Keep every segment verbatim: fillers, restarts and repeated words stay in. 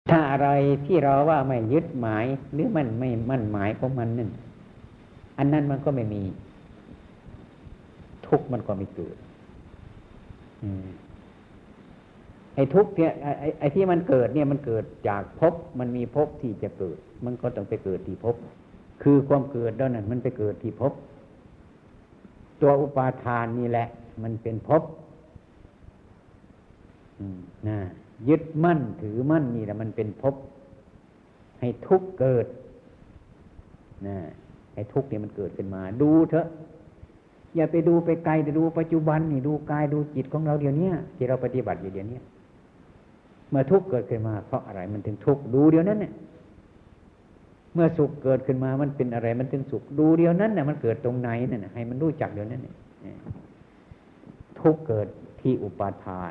ถ้าอะไรที่เราว่าไม่ยึดหมายหรือมันไม่มั่นหมายของมันนั่นอันนั้นมันก็ไม่มีทุกข์มันก็ไม่เกิดไอ้ทุกข์เนี่ยไอ้ไอ้ที่มันเกิดเนี่ยมันเกิดจากภพมันมีภพที่จะเกิดมันก็ต้องไปเกิดที่ภพคือความเกิดแล้วนั่นมันไปเกิดที่ภพตัวอุปาทานนี่แหละมันเป็นภพนะยึดมั่นถือมั่นนี่แหละมันเป็นภพให้ทุกข์เกิดนะให้ทุกข์เนี่ยมันเกิดขึ้นมาดูเถอะอย่าไปดูไปไกลแต่ดูปัจจุบันนี่ดูกายดูจิตของเราเดี๋ยวนี้ที่เราปฏิบัติอยู่เดี๋ยวนี้เมื่อทุกข์เกิดขึ้นมาเพราะอะไรมันถึงทุกข์ดูเดี๋ยวนั้นเนี่ยเมื่อสุขเกิดขึ้นมามันเป็นอะไรมันถึงสุขดูเดี๋ยวนั้นน่ะมันเกิดตรงไหนนั่นน่ะให้มันรู้จักเดี๋ยวนั้นเนี่ยทุกข์เกิดที่อุปาทาน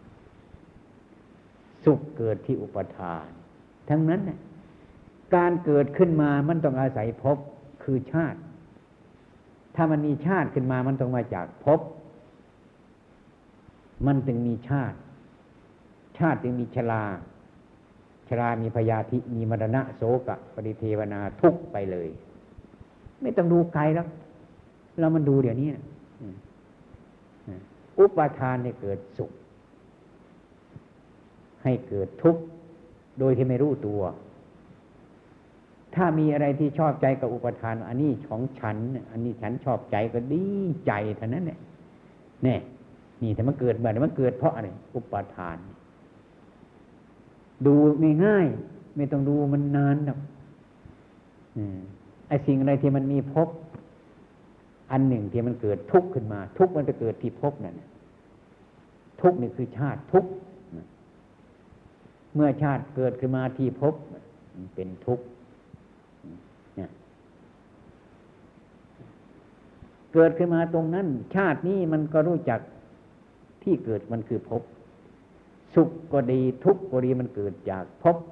สุขเกิดที่อุปาทานทั้งนั้นเนี่ยการเกิดขึ้นมามันต้องอาศัยภพคือชาติถ้ามันมีชาติขึ้นมามันต้องมาจากภพมันจึงมีชาติชาติจึงมีชราชรามีพยาธิมีมรณะโศกะปริเทวนาทุกข์ไปเลยไม่ต้องดูไกลแล้วเรามันดูเดี๋ยวนี้อุปาทานเนี่ยเกิดสุขให้เกิดทุกข์โดยที่ไม่รู้ตัวถ้ามีอะไรที่ชอบใจกับอุปทานอันนี้ของฉันอันนี้ฉันชอบใจก็ดีใจเท่านั้นแหละแน่นี่แต่มันเกิดเมื่อมันเกิดเพราะอะไรอุปทานดูง่ายๆไม่ต้องดูมันนานหรอกไอ้สิ่งอะไรที่มันมีภพอันหนึ่งที่มันเกิดทุกข์ขึ้นมาทุกข์มันไปเกิดที่ภพนั่นทุกข์นี่คือชาติทุกข์เมื่อชาติเกิดขึ้นมาที่ภพมันเป็นทุกข์เกิดขึ้นมาตรงนั้นชาตินี้มันก็รู้จักที่เกิดมันคือภพสุขก็ดีทุกข์ก็ดีมันเกิดจากภพ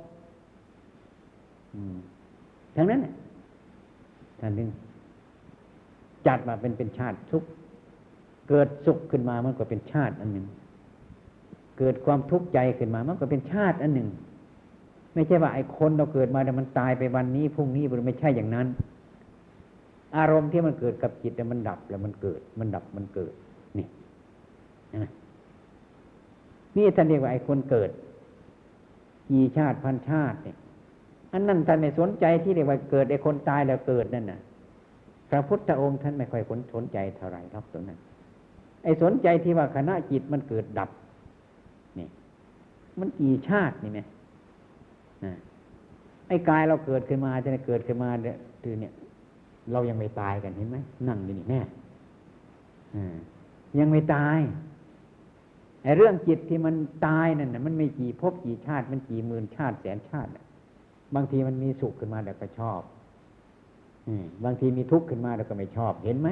ทั้งนั้นท่านนึงจัดมาเป็นเป็นชาติทุกข์เกิดสุขขึ้นมามันก็เป็นชาติอันหนึ่งเกิดความทุกข์ใจขึ้นมามันก็เป็นชาติอันหนึ่งไม่ใช่ว่าไอ้คนเราเกิดมาแต่มันตายไปวันนี้พรุ่งนี้มันไม่ใช่อย่างนั้นอารมณ์ที่มันเกิดกับจิตแต่มันดับแล้วมันเกิดมันดับมันเกิดนี่นะนี่ท่านเรียกว่าไอ้คนเกิดกี่ชาติพันชาติเนี่ยอันนั้นท่านไม่สนใจที่เรียกว่าเกิดไอ้คนตายแล้วเกิดนั่นน่ะพระพุทธองค์ท่านไม่ค่อยสนใจเท่าไหร่หรอกตรงนั้นไอ้สนใจที่ว่าขณะจิตมันเกิดดับนี่มันกี่ชาตินี่ไหมนะไอ้กายเราเกิดขึ้นมาจะเกิดขึ้นมาเนี่ยคือเนี่ยเรายังไม่ตายกันเห็นไหมนั่งอยู่นี่แน่ยังไม่ตายไอ้เรื่องจิตที่มันตายนั่นน่ะมันไม่กี่ภพกี่ชาติมันกี่หมื่นชาติแสนชาติบางทีมันมีสุขขึ้นมาแล้วก็ชอบบางทีมีทุกข์ขึ้นมาแล้วก็ไม่ชอบเห็นไหม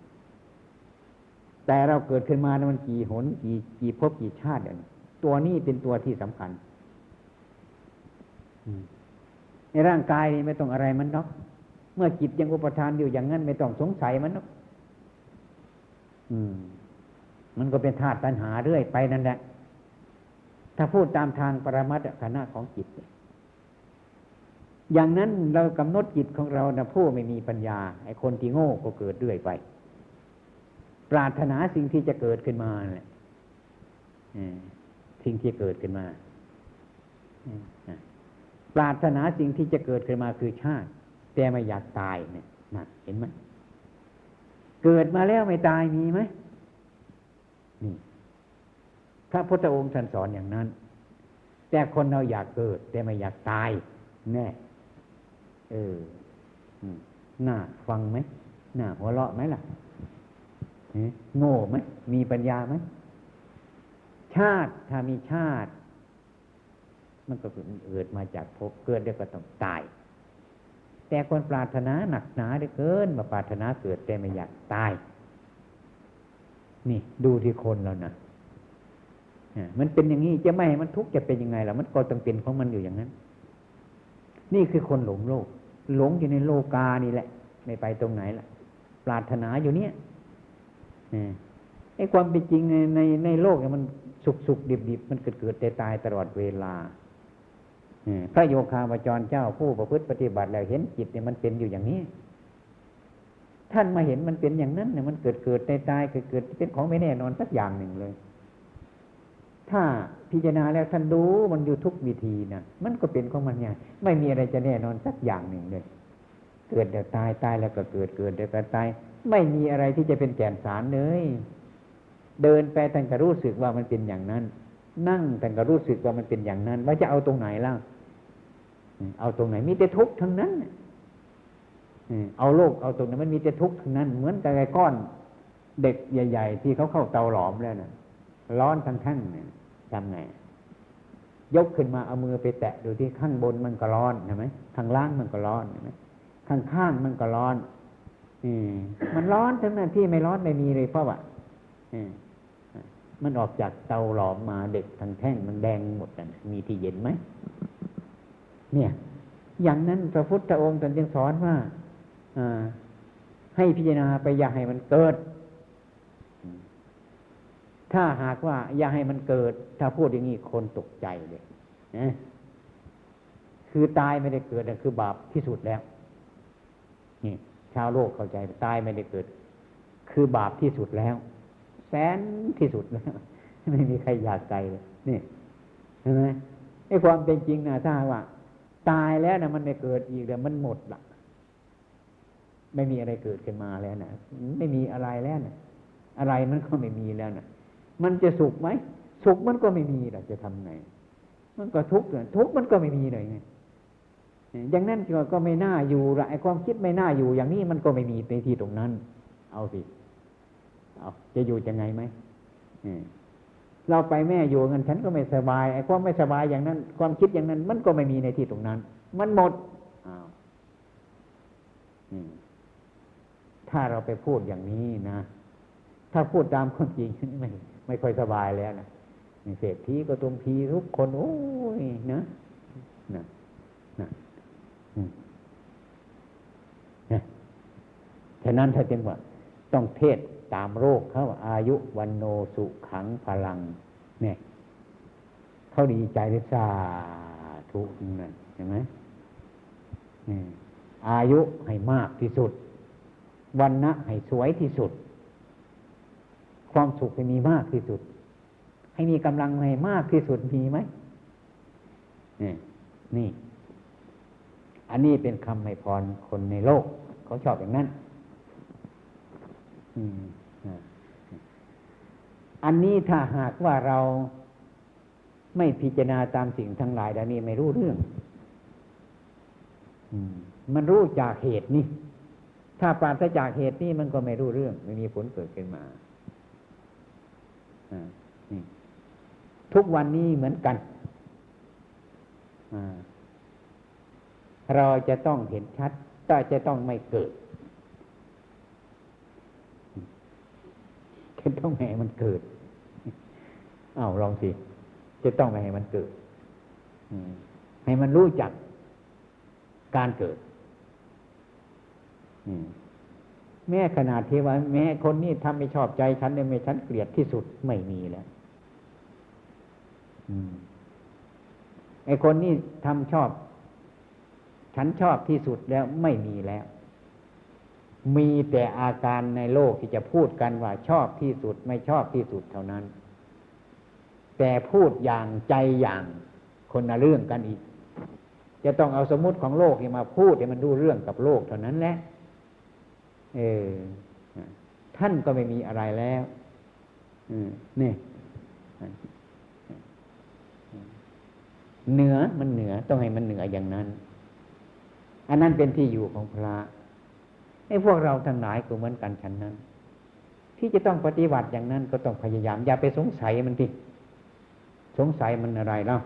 แต่เราเกิดขึ้นมาแล้วมันกี่หนกี่กี่ภพกี่ชาติเนี่ยตัวนี้เป็นตัวที่สำคัญในร่างกายนี่ไม่ต้องอะไรมันเนาะเมื่อจิตยังอุปทานอยู่อย่างนั้นไม่ต้องสงสัยมันเนาะอืมมันก็เป็นธาตุตัณหาเรื่อยไปนั่นแหละถ้าพูดตามทางปรมัตถคณะของจิตอย่างนั้นเรากำหนดจิตของเรานะผู้ไม่มีปัญญาไอ้คนที่โง่ก็เกิดเรื่อยไปปรารถนาสิ่งที่จะเกิดขึ้นมาแหละสิ่งที่เกิดขึ้นมาปรารถนาสิ่งที่จะเกิดขึ้นมาคือชาติแต่ไม่อยากตายเนี่ยนะเห็นไหมเกิดมาแล้วไม่ตายมีไหมนี่พระพุทธองค์ท่านสอนอย่างนั้นแต่คนเราอยากเกิดแต่ไม่อยากตายแน่เออน่าฟังไหมน่าหัวเราะไหมล่ะโง่ไหมมีปัญญาไหมชาติถ้ามีชาติมันก็เกิดมาจากภพเกิดแล้วก็ต้องตายแต่คนปรารถนาหนักหนาเหลือเกินมาปรารถนาเกิดแต่ไม่อยากตายนี่ดูที่คนเรานะมันเป็นอย่างนี้จะไม่ให้มันทุกข์จะเป็นยังไงล่ะมันก็ต้องเป็นของมันอยู่อย่างนั้นนี่คือคนหลงโลกหลงอยู่ในโลกานี่แหละไม่ไปตรงไหนล่ะปรารถนาอยู่เนี้ยไอ้ความเป็นจริงในในในโลกเนี่ยมันสุขสุขดิบดิบมันเกิดเกิดแต่ตายตลอดเวลาพระโยคาวจรเจ้าผู้ประพฤติปฏิบัติแล้วเห็นจิตเนี่ยมันเป็นอยู่อย่างนี้ท่านมาเห็นมันเป็นอย่างนั้นเนี่ยมันเกิดเกิดตายตายเกิดเกิดเป็นของไม่แน่นอนสักอย่างหนึ่งเลยถ้าพิจารณาแล้วท่านรู้มันอยู่ทุกวิธีนะมันก็เป็นของมันอย่างไม่มีอะไรจะแน่นอนสักอย่างหนึ่งเลยเกิดแล้วตายตายแล้วก็เกิดเกิดแล้วก็ตายไม่มีอะไรที่จะเป็นแก่นสารเลยเดินไปท่านก็รู้สึกว่ามันเป็นอย่างนั้นนั่งท่านก็รู้สึกว่ามันเป็นอย่างนั้นว่าจะเอาตรงไหนล่ะเอาตรงไหนมีแต่ทุกข์ทั้งนั้นเอาโลกเอาตรงไหนมันมีแต่ทุกข์ทั้งนั้นเหมือนกับไอ้ก้อนเด็กใหญ่ๆที่เขาเข้าเตาหลอมแล้วน่ะร้อนทั้งทั้งเนี่ยทำไงยกขึ้นมาเอามือไปแตะดูที่ข้างบนมันก็ร้อนใช่ไหมข้างล่างมันก็ร้อนใช่ไหมข้างข้างมันก็ร้อนอืมมันร้อนทั้งนั้นที่ไม่ร้อนไม่มีเลยเพราะว่าอืมมันออกจากเตาหลอมมาเด็กทั้งแท่งมันแดงหมดน่ะมีที่เย็นไหมเนี่ยอย่างนั้นพระพุทธองค์ตรัสจึงสอนว่าให้พิจารณาไปอย่าให้มันเกิดถ้าหากว่าอย่าให้มันเกิดถ้าพูดอย่างนี้คนตกใจเลยนะคือตายไม่ได้เกิดนั่นคือบาปที่สุดแล้วนี่ชาวโลกเข้าใจตายไม่ได้เกิดคือบาปที่สุดแล้วแสนที่สุดแล้วไม่มีใครอยากไกลเลยนี่เห็นไหมไอ้ความเป็นจริงนะถ้าว่าตายแล้วนะมันไม่เกิดอีกแล้วมันหมดละไม่มีอะไรเกิดขึ้นมาแล้วนะไม่มีอะไรแล้วนะอะไรมันก็ไม่มีแล้วนะมันจะสุขไหมสุขมันก็ไม่มีหรอกจะทำไงมันก็ทุกข์ทุกข์มันก็ไม่มีเลยไงอย่างนั้นก็ไม่น่าอยู่ละไอ้ความคิดไม่น่าอยู่อย่างนี้มันก็ไม่มีในที่ตรงนั้นเอาสิเอาจะอยู่ยังไงไหมเราไปแม่อยู่กันฉันก็ไม่สบายไอ้ความไม่สบายอย่างนั้นความคิดอย่างนั้นมันก็ไม่มีในที่ตรงนั้นมันหมดอ้าวถ้าเราไปพูดอย่างนี้นะถ้าพูดตามความจริงไม่ไม่ค่อยสบายแล้วนะเศรษฐีก็ตุมพีทุกคนโอ้ยนะนะนะนะฉะนั้นถ้าจึงว่าต้องเทศตามโรคเขาอายุวันโนสุขังพลังเนี่ยเขาดีใจเลยสาธุนั่นเห็นไหมอายุให้มากที่สุดวันนะให้สวยที่สุดความสุขให้มีมากที่สุดให้มีกำลังให้มากที่สุดมีไหมนี่นี่อันนี้เป็นคำให้พรคนในโลกเขาชอบอย่างนั้นอันนี้ถ้าหากว่าเราไม่พิจารณาตามสิ่งทั้งหลายดังนี้ไม่รู้เรื่องมันรู้จากเหตุนี่ถ้าปราศจากเหตุนี่มันก็ไม่รู้เรื่องไม่มีผลเกิดขึ้นมาทุกวันนี้เหมือนกันเราจะต้องเห็นชัดแต่จะต้องไม่เกิดจะต้องให้มันเกิดอ้าวลองสิจะต้องไม่ให้มันเกิดให้มันรู้จักการเกิดแม้ขนาดที่ว่าแม้คนนี้ทำไม่ชอบใจฉันเนี่ยไม่ฉันเกลียดที่สุดไม่มีแล้วไอ้คนนี้ทำชอบฉันชอบที่สุดแล้วไม่มีแล้วมีแต่อาการในโลกที่จะพูดกันว่าชอบที่สุดไม่ชอบที่สุดเท่านั้นแต่พูดอย่างใจอย่างคนละเรื่องกันอีกจะต้องเอาสมมุติของโลกมาพูดให้มันดูเรื่องกับโลกเท่านั้นแหละเออท่านก็ไม่มีอะไรแล้วนี่เหนือมันเหนือต้องให้มันเหนืออย่างนั้นอันนั้นเป็นที่อยู่ของพระไอ้พวกเราทั้งหลายก็เหมือนกันฉันนั้นที่จะต้องปฏิบัติอย่างนั้นก็ต้องพยายามอย่าไปสงสัยมันดิสงสัยมันอะไรเล่า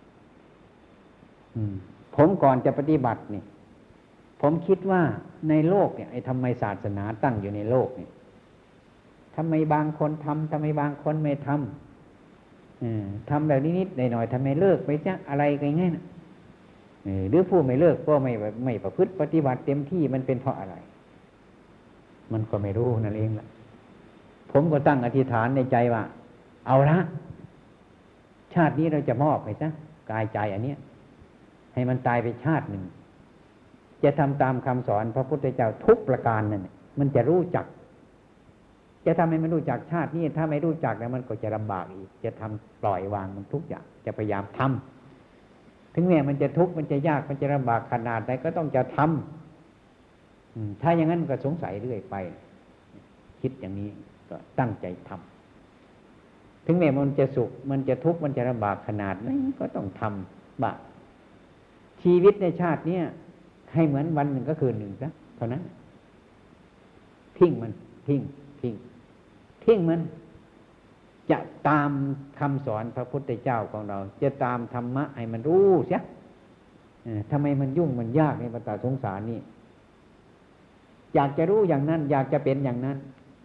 ผมก่อนจะปฏิบัตินี่ผมคิดว่าในโลกเนี่ยไอ้ทำไมศาสนาตั้งอยู่ในโลกเนี่ยทำไมบางคนทำทำไมบางคนไม่ทำทำแบบนิดๆหน่อยๆทำไมเลิกไปจ้ะอะไรกันง่ายนะหรือผู้ไม่เลิกก็ไม่ไม่ประพฤติปฏิบัติเต็มที่มันเป็นเพราะอะไรมันก็ไม่รู้นั่นเองล่ะผมก็ตั้งอธิษฐานในใจว่าเอาละชาตินี้เราจะมอบไปจ้ะกายใจอันเนี้ยให้มันตายไปชาติหนึ่งจะทำตามคำสอนพระพุทธเจ้าทุกประการนั่นมันจะรู้จักจะทำให้มันรู้จักชาตินี้ถ้าไม่รู้จักแล้วมันก็จะลำบากอีกจะทำปล่อยวางมันทุกอย่างจะพยายามทำถึงแม้มันจะทุกข์มันจะยากมันจะลำบากขนาดไหนก็ต้องจะทำถ้าอย่างนั้นก็สงสัยเรื่อยไปคิดอย่างนี้ก็ตั้งใจทำถึงแม้มันจะสุขมันจะทุกข์มันจะลำบากขนาดไหนก็ต้องทำบ้างชีวิตในชาตินี้ให้เหมือนวันหนึ่งก็คืนหนึ่งซะเท่านั้นทิ้งมันทิ้งทิ้งทิ้งมันจะตามคำสอนพระพุทธเจ้าของเราจะตามธรรมะให้มันรู้เสียทำไมมันยุ่งมันยากในวัฏสงสารนี่อยากจะรู้อย่างนั้นอยากจะเป็นอย่างนั้น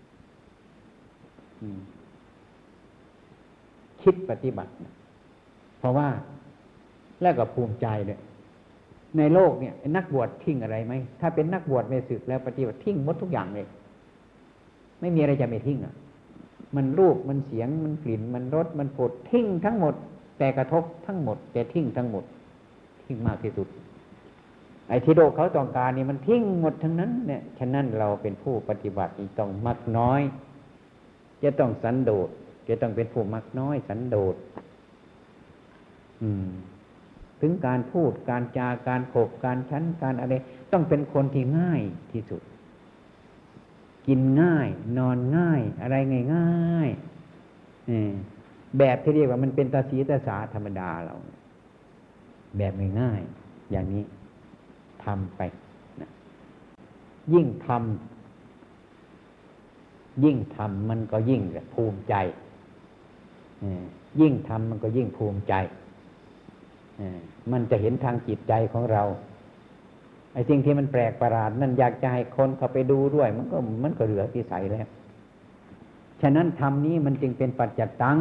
คิดปฏิบัติเพราะว่าแล้วก็ภูมิใจเลยในโลกเนี่ยนักบวชทิ้งอะไรไหมถ้าเป็นนักบวชไม่สึกแล้วปฏิบัติทิ้งหมดทุกอย่างเลยไม่มีอะไรจะไม่ทิ้งอ่ะมันรูปมันเสียงมันกลิ่นมันรสมันผดทิ้งทั้งหมดแต่กระทบทั้งหมดแต่ทิ้งทั้งหมดทิ้งมากที่สุดไอ้ที่โลกเขาต้องการนี่มันทิ้งหมดทั้งนั้นเนี่ยฉะนั้นเราเป็นผู้ปฏิบัติต้องมักน้อยจะต้องสันโดษจะต้องเป็นผู้มักน้อยสันโดษอืมถึงการพูดการจาการขบการชั้นการอะไรต้องเป็นคนที่ง่ายที่สุดกินง่ายนอนง่ายอะไรง่ายๆแบบที่เรียกว่ามันเป็นตาสีตาสาธรรมดาเราแบบง่ายๆอย่างนี้ทำไปนะยิ่งทำยิ่งทำมันก็ยิ่งภูมิใจยิ่งทำมันก็ยิ่งภูมิใจมันจะเห็นทางจิตใจของเราไอ้สิ่งที่มันแปลกประหลาดนั่นอยากจะให้คนเข้าไปดูด้วยมันก็มันก็เหลือวิสัยแล้วฉะนั้นธรรมนี้มันจึงเป็นปัจจตัง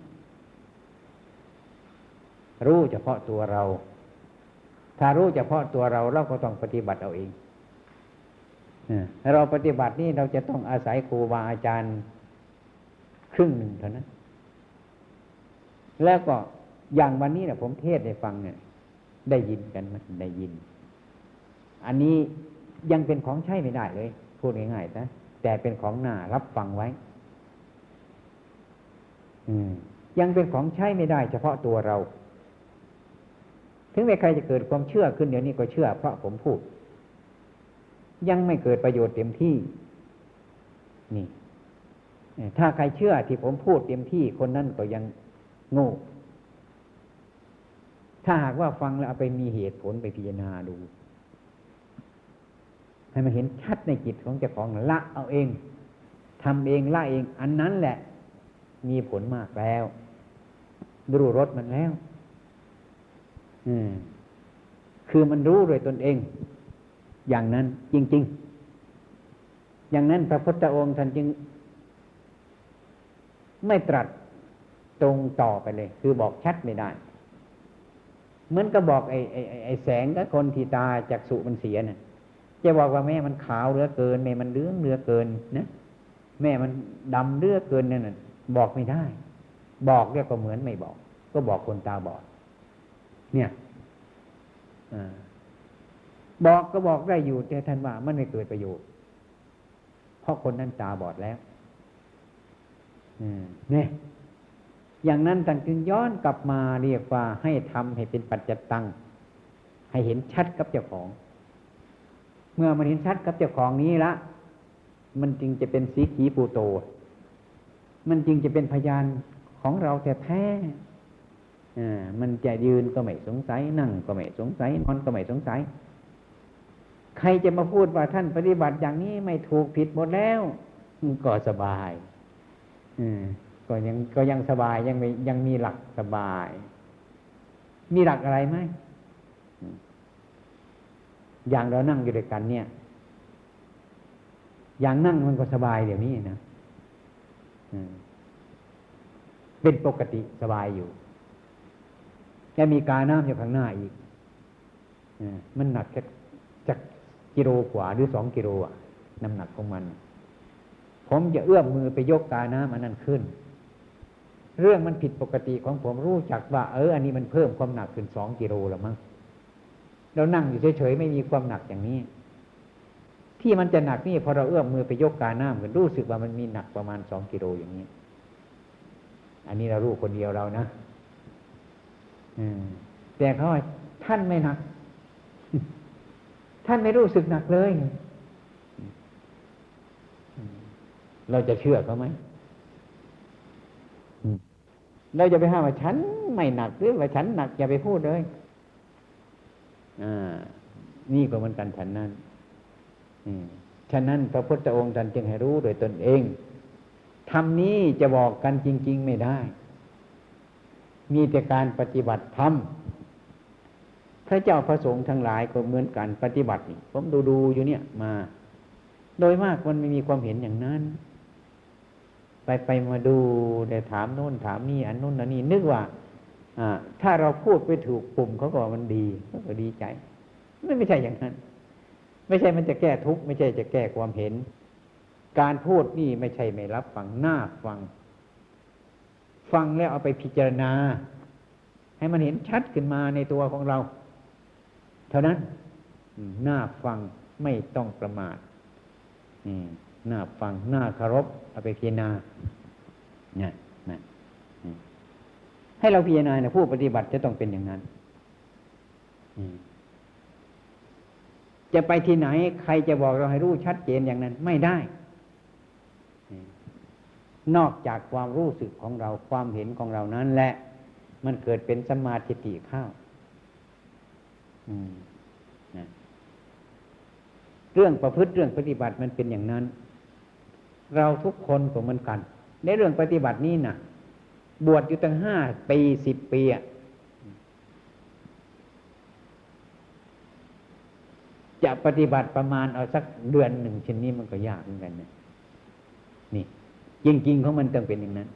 รู้เฉพาะตัวเราถ้ารู้เฉพาะตัวเราเราก็ต้องปฏิบัติเอาเองเราปฏิบัตินี่เราจะต้องอาศัยครูบาอาจารย์ครึ่งหนึ่งเท่านั้นแล้วก็อย่างวันนี้นะผมเทศน์ให้ฟังเนี่ยได้ยินกันมั้ยได้ยินอันนี้ยังเป็นของใช้ไม่ได้เลยพูดง่ายๆนะแต่เป็นของน่ารับฟังไว้ยังเป็นของใช้ไม่ได้เฉพาะตัวเราถึงแม้ใครจะเกิดความเชื่อขึ้นเดี๋ยวนี้ก็เชื่อเพราะผมพูดยังไม่เกิดประโยชน์เต็มที่นี่ถ้าใครเชื่อที่ผมพูดเต็มที่คนนั้นก็ยังโง่ถ้าหากว่าฟังแล้วเอาไปมีเหตุผลไปพิจารณาดูให้มันเห็นชัดในจิตของเจ้าของละเอาเองทำเองละเองอันนั้นแหละมีผลมากแล้วรู้รสมันแล้วอืมคือมันรู้โดยตนเองอย่างนั้นจริงๆอย่างนั้นพระพุทธองค์ท่านจึงไม่ตรัสตรงต่อไปเลยคือบอกชัดไม่ได้เหมือนกับบอกไอ้ไอ้ไอ้แสงกับคนที่ตาจักษุมันเสียน่ะจะบอกว่าแม่มันขาวเหลือเกินแม่มันเหลืองเหลือเกินนะแม่มันดำเหลือเกินนั่นน่ะบอกไม่ได้บอกเรียกก็เหมือนไม่บอกก็บอกคนตาบอดเนี่ยบอกก็บอกได้อยู่แต่ท่านว่ามันไม่เกิดประโยชน์เพราะคนนั้นตาบอดแล้วเนี่ยอย่างนั้นท่านจึงย้อนกลับมาเรียกว่าให้ทำให้เป็นปัจจตังให้เห็นชัดกับเจ้าของเมื่อมันเห็นชัดกับเจ้าของนี้ละมันจึงจะเป็นสีขีปูโตมันจึงจะเป็นพยานของเราแท้ๆอ่ามันจะยืนก็ไม่สงสัยนั่งก็ไม่สงสัยนอนก็ไม่สงสัยใครจะมาพูดว่าท่านปฏิบัติอย่างนี้ไม่ถูกผิดหมดแล้วก็สบายอืมก็ยังก็ยังสบายยังมียังมีหลักสบายมีหลักอะไรไหมอย่างเรานั่งอยู่ด้วยกันเนี่ยอย่างนั่งมันก็สบายเดี๋ยวนี้นะเป็นปกติสบายอยู่แค่มีกาน้ำอยู่ข้างหน้าอีกมันหนักแค่จักกิโลกว่าหรือสองกิโลอ่ะน้ำหนักของมันผมจะเอื้อมมือไปยกกาน้ำอันนั้นขึ้นเรื่องมันผิดปกติของผมรู้จักว่าเอออันนี้มันเพิ่มความหนักขึ้นสองกิโลแล้วมั้งเรานั่งอยู่เฉยๆไม่มีความหนักอย่างนี้ที่มันจะหนักนี่พอเราเอื้อมมือไปยกกาน้ำกันรู้สึกว่ามันมีหนักประมาณสองกิโลอย่างนี้อันนี้เรารู้คนเดียวเรานะแต่เขาว่าท่านไม่หนัก ท่านไม่รู้สึกหนักเลยเราจะเชื่อเขาไหมเราจะไปห้ามว่าฉันไม่หนักหรือว่าฉันหนักอย่าไปพูดเลยอ่านี่ก็เหมือนกันฉันนั้นฉะนั้นพระพุทธองค์ท่านจึงให้รู้โดยตนเองธรรมนี้จะบอกกันจริงๆไม่ได้มีแต่การปฏิบัติธรรมพระเจ้าพระสงฆ์ทั้งหลายก็เหมือนกันปฏิบัตินี่ผมดูดูอยู่เนี่ยมาโดยมากมันไม่มีความเห็นอย่างนั้นไปไปมาดูแต่ถามโน่นถามนี่อันโน่นอันนี้นึกว่าอ่าถ้าเราพูดไปถูกปุ่มเขาก็ว่ามันดีเขาก็ดีใจไม่ไม่ใช่อย่างนั้นไม่ใช่มันจะแก้ทุกข์ไม่ใช่จะแก้ความเห็นการพูดนี่ไม่ใช่ไม่รับฟังหน้าฟังฟังแล้วเอาไปพิจารณาให้มันเห็นชัดขึ้นมาในตัวของเราเท่านั้นหน้าฟังไม่ต้องประมาทหน้าฟังหน้าเคารพเอาไปพิจารณาเนี่ยนะให้เราพิจารณาเนี่ยผู้ปฏิบัติจะต้องเป็นอย่างนั้นจะไปที่ไหนใครจะบอกเราให้รู้ชัดเจนอย่างนั้นไม่ได้นอกจากความรู้สึกของเราความเห็นของเรานั้นแหละมันเกิดเป็นสัมมาทิฏฐิเข้าเรื่องประพฤติเรื่องปฏิบัติมันเป็นอย่างนั้นเราทุกคนก็เหมือนกันในเรื่องปฏิบัตินี้นะบวชอยู่ตั้งห้าปีสิบปีจะปฏิบัติประมาณเอาสักเดือนหนึ่งเช่นนี้มันก็ยากเหมือนกันนะนี่จริงๆของมันต้องเป็นอย่างนั้น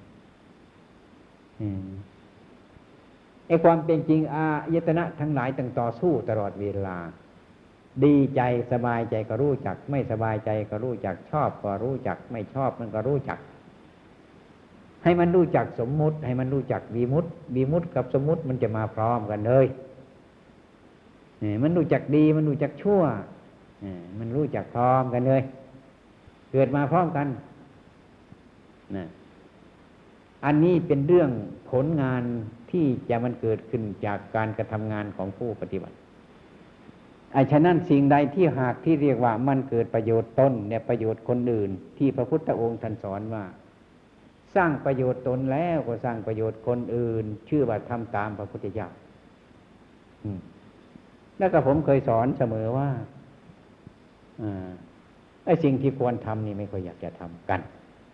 ไอ้ความเป็นจริงอายตนะทั้งหลายต้องต่อสู้ตลอดเวลาดีใจสบายใจก็รู้จักไม่สบายใจก็รู้จักชอบก็รู้จักไม่ชอบมันก็รู้จักให้มันรู้จักสมมุติให้มันรู้จักวิมุตติวิมุตติกับสมมุติมันจะมาพร้อมกันเลยมันรู้จักดีมันรู้จักชั่วมันรู้จักพร้อมกันเลยเกิดมาพร้อมกันนะอันนี้เป็นเรื่องผลงานที่จะมันเกิดขึ้นจากการกระทำงานของผู้ปฏิบัติไอ้ฉะนั้นสิ่งใดที่หากที่เรียกว่ามันเกิดประโยชน์ตนเนี่ยประโยชน์คนอื่นที่พระพุทธองค์ท่านสอนว่าสร้างประโยชน์ตนแล้วก็สร้างประโยชน์คนอื่นชื่อว่าทำตามพระพุทธเจ้าแล้วก็ผมเคยสอนเสมอว่าไอ้สิ่งที่ควรทำนี่ไม่ค่อยอยากจะทำกัน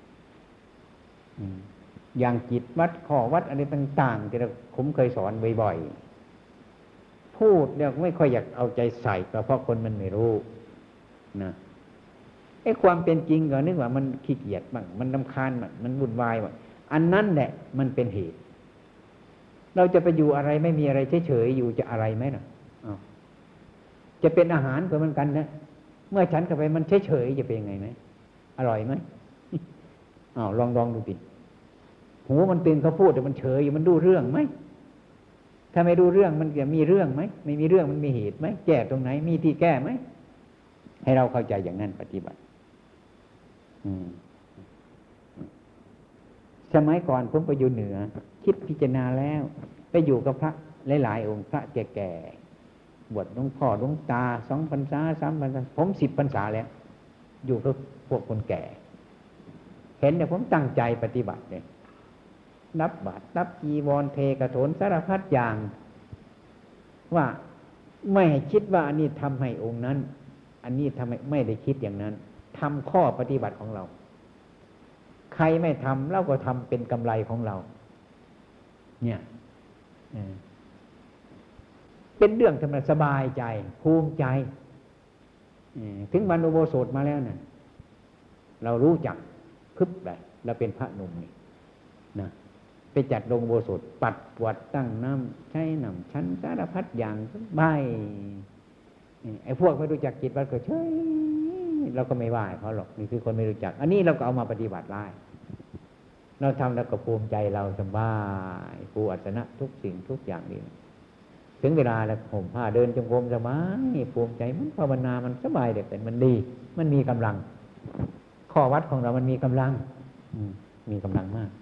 อย่างจิตวัดข้อวัดอะไรต่างๆที่เราผมเคยสอนบ่อยๆพูดเนี่ยไม่ค่อยอยากเอาใจใส่ก็เพราะคนมันไม่รู้นะไอ้ความเป็นจริงก็นึกว่ามันขี้เกียจบ้างมันรำคาญบ้างมันวุ่นวายบ้างอันนั้นแหละมันเป็นเหตุเราจะไปอยู่อะไรไม่มีอะไรเฉยๆอยู่จะอะไรไหมล่ะจะเป็นอาหารก็เหมือนกันนะเมื่อฉันเข้าไปมันเฉยๆจะเป็นยังไงไหมอร่อยไหมอ้าวลองลองดูดิหูมันตื่นเขาพูดแต่มันเฉยมันดูเรื่องไหมถ้าไม่ดูเรื่องมันจะมีเรื่องไหมไม่มีเรื่องมันมีเหตุไหมแก้ตรงไหนมีที่แก้ไหมให้เราเข้าใจอย่างนั้นปฏิบัติสมัยก่อนผมไปอยู่เหนือคิดพิจารณาแล้วไปอยู่กับพระหลายๆองค์พระแก่ๆบวชหลวงพ่อหลวงตาสองพรรษาสามพรรษาผมสิบพรรษาแล้วอยู่กับพวกคนแก่เห็นเนี่ยผมตั้งใจปฏิบัติเนี่ยนับบาตรนับจีวรเทกฐนสารพัดอย่างว่าไม่ให้คิดว่าอันนี้ทำให้องค์นั้นอันนี้ทำให้ไม่ได้คิดอย่างนั้นทำข้อปฏิบัติของเราใครไม่ทำเราก็ทำเป็นกำไรของเราเนี่ยเป็นเรื่องทำให้สบายใจภูมิใจถึงวันอุโบสถมาแล้วเนี่ยเรารู้จักพึบแบบเราเป็นพระหนุ่มนี่นะไปจัดลงอุโบสถปัดปวดตั้งน้ำใช้น้ำชั้นสารพัดอย่างใบไอ้พวกไม่รู้จักจิตวัดก็เฉยเราก็ไม่ว่าเขาหรอกนี่คือคนไม่รู้จักอันนี้เราก็เอามาปฏิบัติได้เราทำแล้วก็ภูมิใจเราสบายภูอัสนะทุกสิ่งทุกอย่างนี่ถึงเวลาแล้วห่มผ้าเดินจงกรมสบายภูมิใจมันภาวนามันสบายเด็ดแต่มันดีมันมีกำลังข้อวัดของเรามันมีกำลังมีกำลังมาก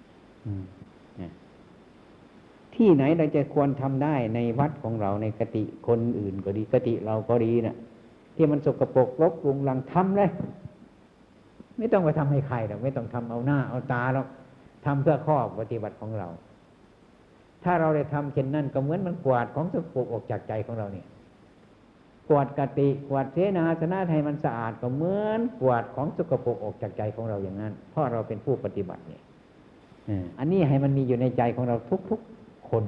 ที่ไหนเราจะควรทำได้ในวัดของเราในกติคนอื่นก็ดีกติเราก็ดีนะ่ะที่มันสกปรกรกรุงรังทำเลยไม่ต้องไปทำให้ใครหรอกไม่ต้องทำเอาหน้าเอาตาหรอกทำเพื่อข้อปฏิบัติของเราถ้าเราได้ทำเช่นนั้นก็เหมือนมันกวาดของสกปรกออกจากใจของเราเนี่ยกวาดกติกวาดเสนาสนะให้มันสะอาดก็เหมือนกวาดของสกปรกออกจากใจของเราอย่างนั้นเพราะเราเป็นผู้ปฏิบัติเนี่ยอันนี้ให้มันมีอยู่ในใจของเราทุกๆคน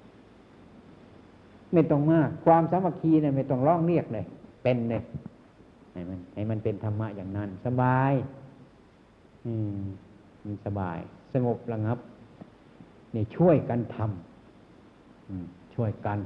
ไม่ต้องมากความสามัคคีเนี่ยไม่ต้องร้องเรียกเลยเป็นเลยให้มันให้มันเป็นธรรมะอย่างนั้นสบายอืมมันสบายสงบระงับนี่ช่วยกันทำช่วยกัน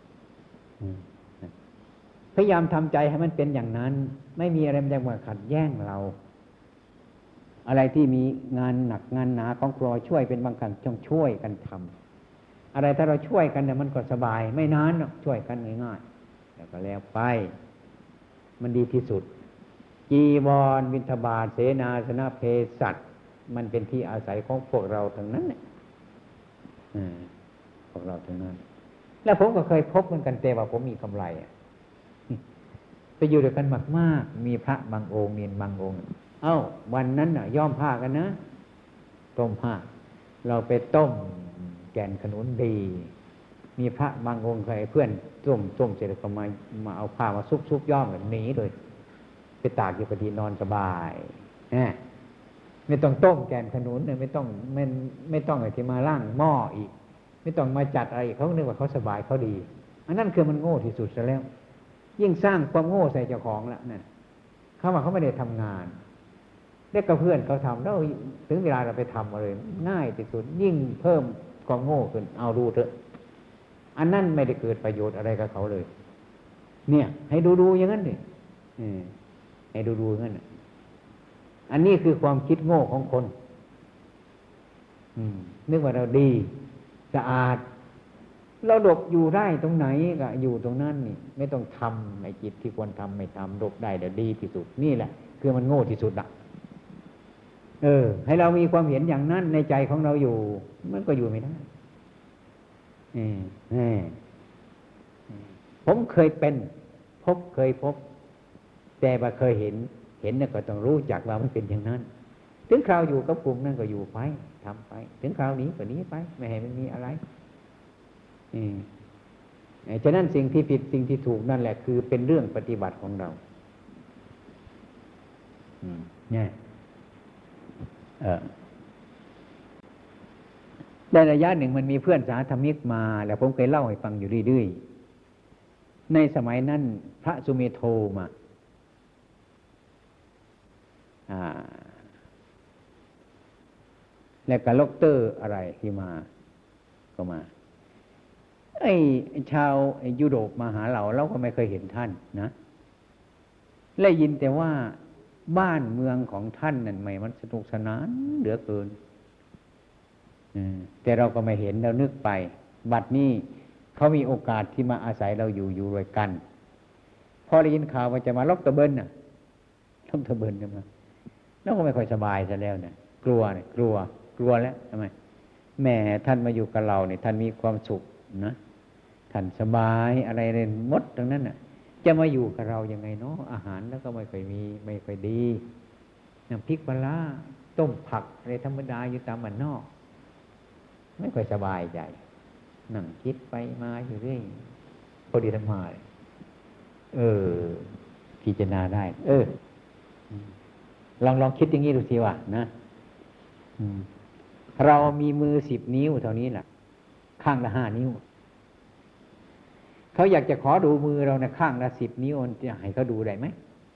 พยายามทำใจให้มันเป็นอย่างนั้นไม่มีอะไรมันจะมาขัดแย้งเราอะไรที่มีงานหนักงานหนาของครัวช่วยเป็นบางครั้งต้องช่วยกันทำอะไรถ้าเราช่วยกันเนี่ยมันก็สบายไม่นานหรอกช่วยกันง่ายๆแล้วก็แล้วไปมันดีที่สุดจีวรบิณฑบาตเสนาสนะเภสัชมันเป็นที่อาศัยของพวกเราทั้งนั้นเนี่ยพวกเราทั้งนั้นแล้วผมก็เคยพบเหมือนกันแต่ว่าผมมีกำไรไปอยู่ด้วยกันมากๆมีพระบางองค์เนียนบางองค์เอ้าวันนั้นน่ะย้อมผ้ากันนะต้มผ้าเราไปต้มแกนขนุนดีมีพระบางองค์เคยเพื่อนต้มต้มเสร็จแล้วก็มามาเอาผ้ามาซุกๆย้อมแบบนี้เลยไปตากอยู่พอดีนอนสบายไม่ต้องต้มแกนขนุนเนี่ยไม่ต้องไม่ไม่ต้องอะไรที่มาล่างหม้ออีกไม่ต้องมาจัดอะไรเขานึกว่าเขาสบายเขาดีอันนั้นคือมันโง่ที่สุดซะแล้วยิ่งสร้างความโง่ใส่เจ้าของแล้วนั่นเขาว่าเขาไม่ได้ทำงานเด็กกับเพื่อนเขาทำแล้วถึงเวลาเราไปทำอะไรง่ายที่สุดยิ่งเพิ่มความโง่ขึ้นเอาดูเถอะอันนั้นไม่ได้เกิดประโยชน์อะไรกับเขาเลยเนี่ยให้ดูดูอย่างนั้นดิให้ดูดูอย่างนั้นอันนี้คือความคิดโง่ของคนนึกว่าเราดีสะอาดเราดบอยู่ได้ตรงไหนก็อยู่ตรงนั้นนี่ไม่ต้องทำไอ้จิตที่ควรทำไม่ทำดบได้เดี๋ยวดีที่สุดนี่แหละคือมันโง่ที่สุดอ่ะเออให้เรามีความเห็นอย่างนั้นในใจของเราอยู่มันก็อยู่ไม่ได้เออเออผมเคยเป็นพบเคยพบแต่ว่าเคยเห็นเห็นเนี่ยก็ต้องรู้จักว่ามันเป็นอย่างนั้นถึงคราวอยู่กับกลุ่มนั่นก็อยู่ไปทำไปถึงคราวนี้ก็หนีไปไม่ให้มันมีอะไรอืมฉะนั้นสิ่งที่ผิดสิ่งที่ถูกนั่นแหละคือเป็นเรื่องปฏิบัติของเราอืมเนี่ยเออได้ระยะหนึ่งมันมีเพื่อนสาธมิกมาแล้วผมเคยเล่าให้ฟังอยู่เรื่อยๆในสมัยนั้นพระสุเมโธมาอ่าแล้วก็ล็อกเตอร์อะไรที่มาก็มาไอ้ชาวไอ้ยุโรปมาหาเราเราก็ไม่เคยเห็นท่านนะได้ยินแต่ว่าบ้านเมืองของท่านนั่นไม่มันสนุกสนานเหลือเกินแต่เราก็ไม่เห็นเรานึกไปบัดนี้เขามีโอกาสที่มาอาศัยเราอยู่อยู่ด้วยกันพอได้ยินข่าวว่าจะมาล็อกตะเบินน่ะล็อกตะเบินกันมาแล้วก็ไม่ค่อยสบายซะแล้วเนี่ยกลัวเนี่ยกลัวกลัวแล้วทำไมแม่ท่านมาอยู่กับเราเนี่ยท่านมีความสุขนะท่านสบายอะไรเลยหมดทั้งนั้นน่ะจะมาอยู่กับเรายังไงเนาะอาหารแล้วก็ไม่ค่อยมีไม่ค่อยดีน้ำพริกปลาต้มผักอะไรธรรมดาอยู่ตามบ้านนอกไม่ค่อยสบายใจนั่งคิดไปมาอยู่เรื่อยพอดีธรรมาเออพิจารณาได้เออลองลองคิดอย่างนี้ดูสิว่านะเรามีมือสิบนิ้วเท่านี้แหละข้างละห้านิ้วเขาอยากจะขอดูมือเราในข้างละสิบนิ้วจะให้เขาดูได้ไหม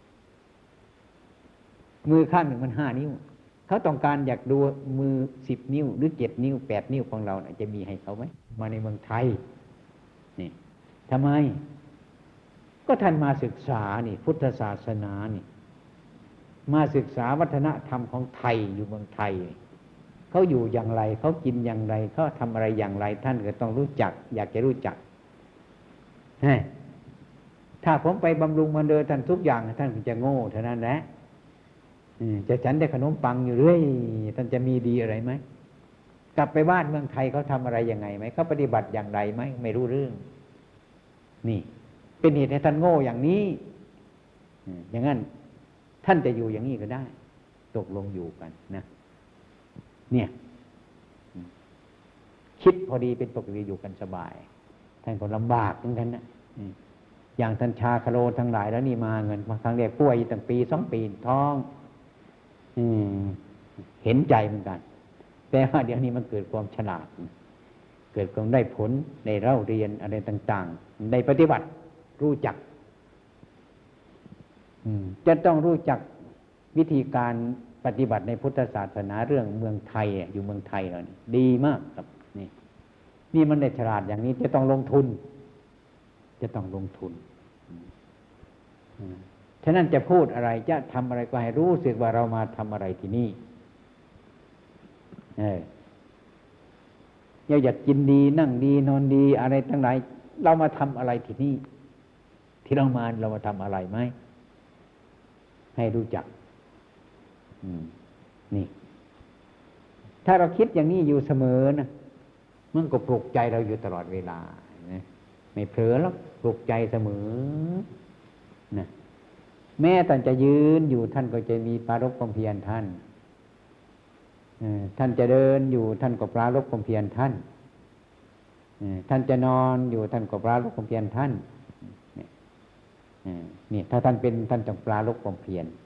มือข้างหนึ่งมันห้านิ้วเขาต้องการอยากดูมือสิบนิ้วหรือเจ็ดนิ้วแปดนิ้วของเราจะมีให้เขาไหมมาในเมืองไทยนี่ทำไมก็ท่านมาศึกษานี่พุทธศาสนานี่มาศึกษาวัฒนธรรมของไทยอยู่เมืองไทยเขาอยู่อย่างไรเขากินอย่างไรเขาทำอะไรอย่างไรท่านก็ต้องรู้จักอยากจะรู้จักถ้าผมไปบำรุงมันเดินท่านทุกอย่างท่านจะโง่เท่านั้นแหละจะฉันได้ขนมปังอยู่เรื่อยท่านจะมีดีอะไรไหมกลับไปบ้านเมืองไทยเขาทำอะไรยังไงไหมเขาปฏิบัติอย่างไรไหมไม่รู้เรื่องนี่เป็นเหตุให้ท่านโง่อย่างนี้อย่างนั้นท่านจะอยู่อย่างนี้ก็ได้ตกลงอยู่กันนะเนี่ยคิดพอดีเป็นปกติอยู่กันสบายท่านก็ลำบากเหมือนกันนะอย่างท่านชาคโลทั้งหลายแล้วนี่มาเงินมาครั้งแรกป่วยตั้งปีสองปีท้องเห็นใจเหมือนกันแต่ว่าเดี๋ยวนี้มันเกิดความฉลาดเกิดความได้ผลในเล่าเรียนอะไรต่างๆในปฏิบัติรู้จักจะต้องรู้จักวิธีการปฏิบัติในพุทธศาสนาเรื่องเมืองไทยอยู่เมืองไทยเรานี่ดีมากครับนี่นี่มันได้ฉลาดอย่างนี้จะต้องลงทุนจะต้องลงทุนฉะนั้นจะพูดอะไรจะทำอะไรก็ให้รู้สึกว่าเรามาทำอะไรที่นี่เอออยากกินดีนั่งดีนอนดีอะไรทั้งหลายเรามาทำอะไรที่นี่ที่เรามาเรามาทำอะไรไหมให้รู้จักนี่ถ้าเราคิดอย่างนี้อยู่เสมอนะมันก็ปลุกใจเราอยู่ตลอดเวลานะไม่เผลอหรอกปลุกใจเสมอนะแม้ท่านจะยืนอยู่ท่านก็จะมีปรารภความเพียรท่านท่านจะเดินอยู่ท่านก็ปรารภความเพียรท่านท่านจะนอนอยู่ท่านก็ปรารภความเพียรท่านนี่ถ้าท่านเป็นท่านต้องปรารภความเพียร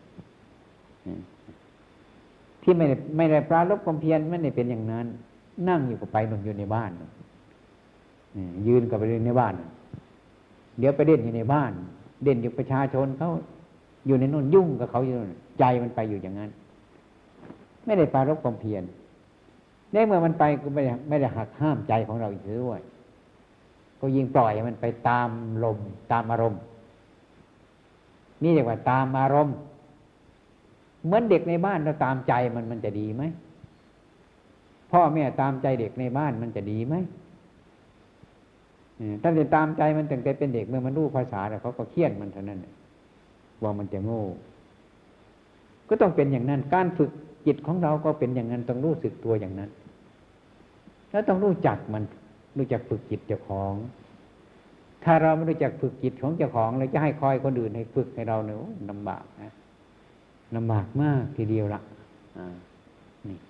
ที่ไม่ได้ไม่ได้ปรารภความเพียรไม่ได้เป็นอย่างนั้นนั่งอยู่ก็ไปหนุนอยู่ในบ้านยืนก็ไปเล่นในบ้านเดี๋ยวไปเล่นอยู่ในบ้านเล่นอยู่ประชาชนเขาอยู่ในนู่นยุ่งกับเขาอยู่ใจมันไปอยู่อย่างนั้นไม่ได้ปรารภความเพียรในเมื่อมันไปก็ไม่ได้ไม่ได้หักห้ามใจของเราอีกด้วยก็ยิ่งปล่อยมันไปตามลมตามอารมณ์นี่เรียกว่าตามอารมณ์เหมือนเด็กในบ้านเราตามใจมันมันจะดีไหมพ่อแม่ตามใจเด็กในบ้านมันจะดีไหมถ้าจะตามใจมันตั้งแต่เป็นเด็กเมื่อมันรู้ภาษาแล้วเขาก็เคี่ยนมันเท่านั้นว่ามันจะโง่ก็ต้องเป็นอย่างนั้นการฝึกจิตของเราก็เป็นอย่างนั้นต้องรู้สึกตัวอย่างนั้นแล้วต้องรู้จักมันรู้จักฝึกจิตเจ้าของถ้าเราไม่รู้จักฝึกจิตของเจ้าของเราจะให้คอยคนอื่นให้ฝึกให้เราเนี่ยลำบากนะลำบากมากทีเดียวละอ่านี่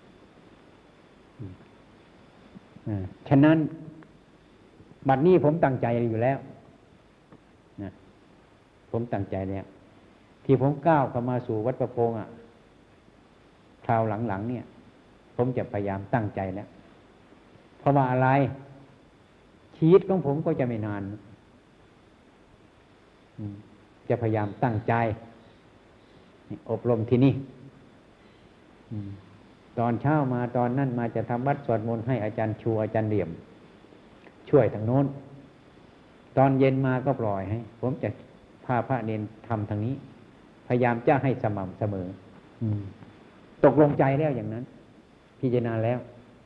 อ่าฉะนั้นบัดนี้ผมตั้งใจอยู่แล้วนะผมตั้งใจแล้วที่ผมก้าวเข้ามาสู่วัดประพงอ่ะคราวหลังๆเนี่ยผมจะพยายามตั้งใจแล้วเพราะว่าอะไรชีวิตของผมก็จะไม่นานจะพยายามตั้งใจอบรมที่นี่ตอนเช้ามาตอนนั้นมาจะทำวัดสวดมนต์ให้อาจารย์ชูอาจารย์เหลี่ยมช่วยทางโน้นตอนเย็นมาก็ปล่อยให้ผมจะพาพระเนรทำทางนี้พยายามจะให้สม่ำเสมอตกลงใจแล้วอย่างนั้นพิจารณาแล้ว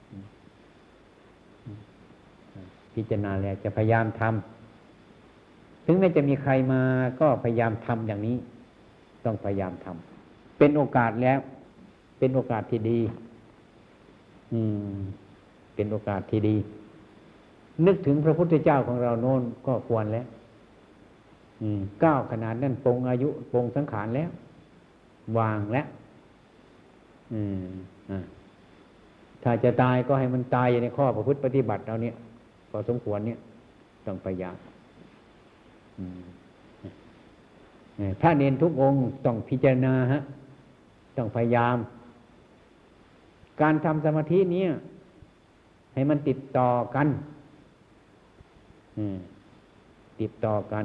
พิจารณาแล้วจะพยายามทำถึงแม้จะมีใครมาก็พยายามทำอย่างนี้ต้องพยายามทำเป็นโอกาสแล้วเป็นโอกาสที่ดีอืมเป็นโอกาสที่ดีนึกถึงพระพุทธเจ้าของเราโน้นก็ควรแล้วก้าวขนาดนั้นปรงอายุปรงสังขารแล้ววางแล้วถ้าจะตายก็ให้มันตายในข้อประพฤติปฏิบัติเราเนี่ยพอสมควรเนี่ยต้องพยายามถ้าเน้นทุกองค์ต้องพิจารณาฮะต้องพยายามการทำสมาธินี้ให้มันติดต่อกันติดต่อกัน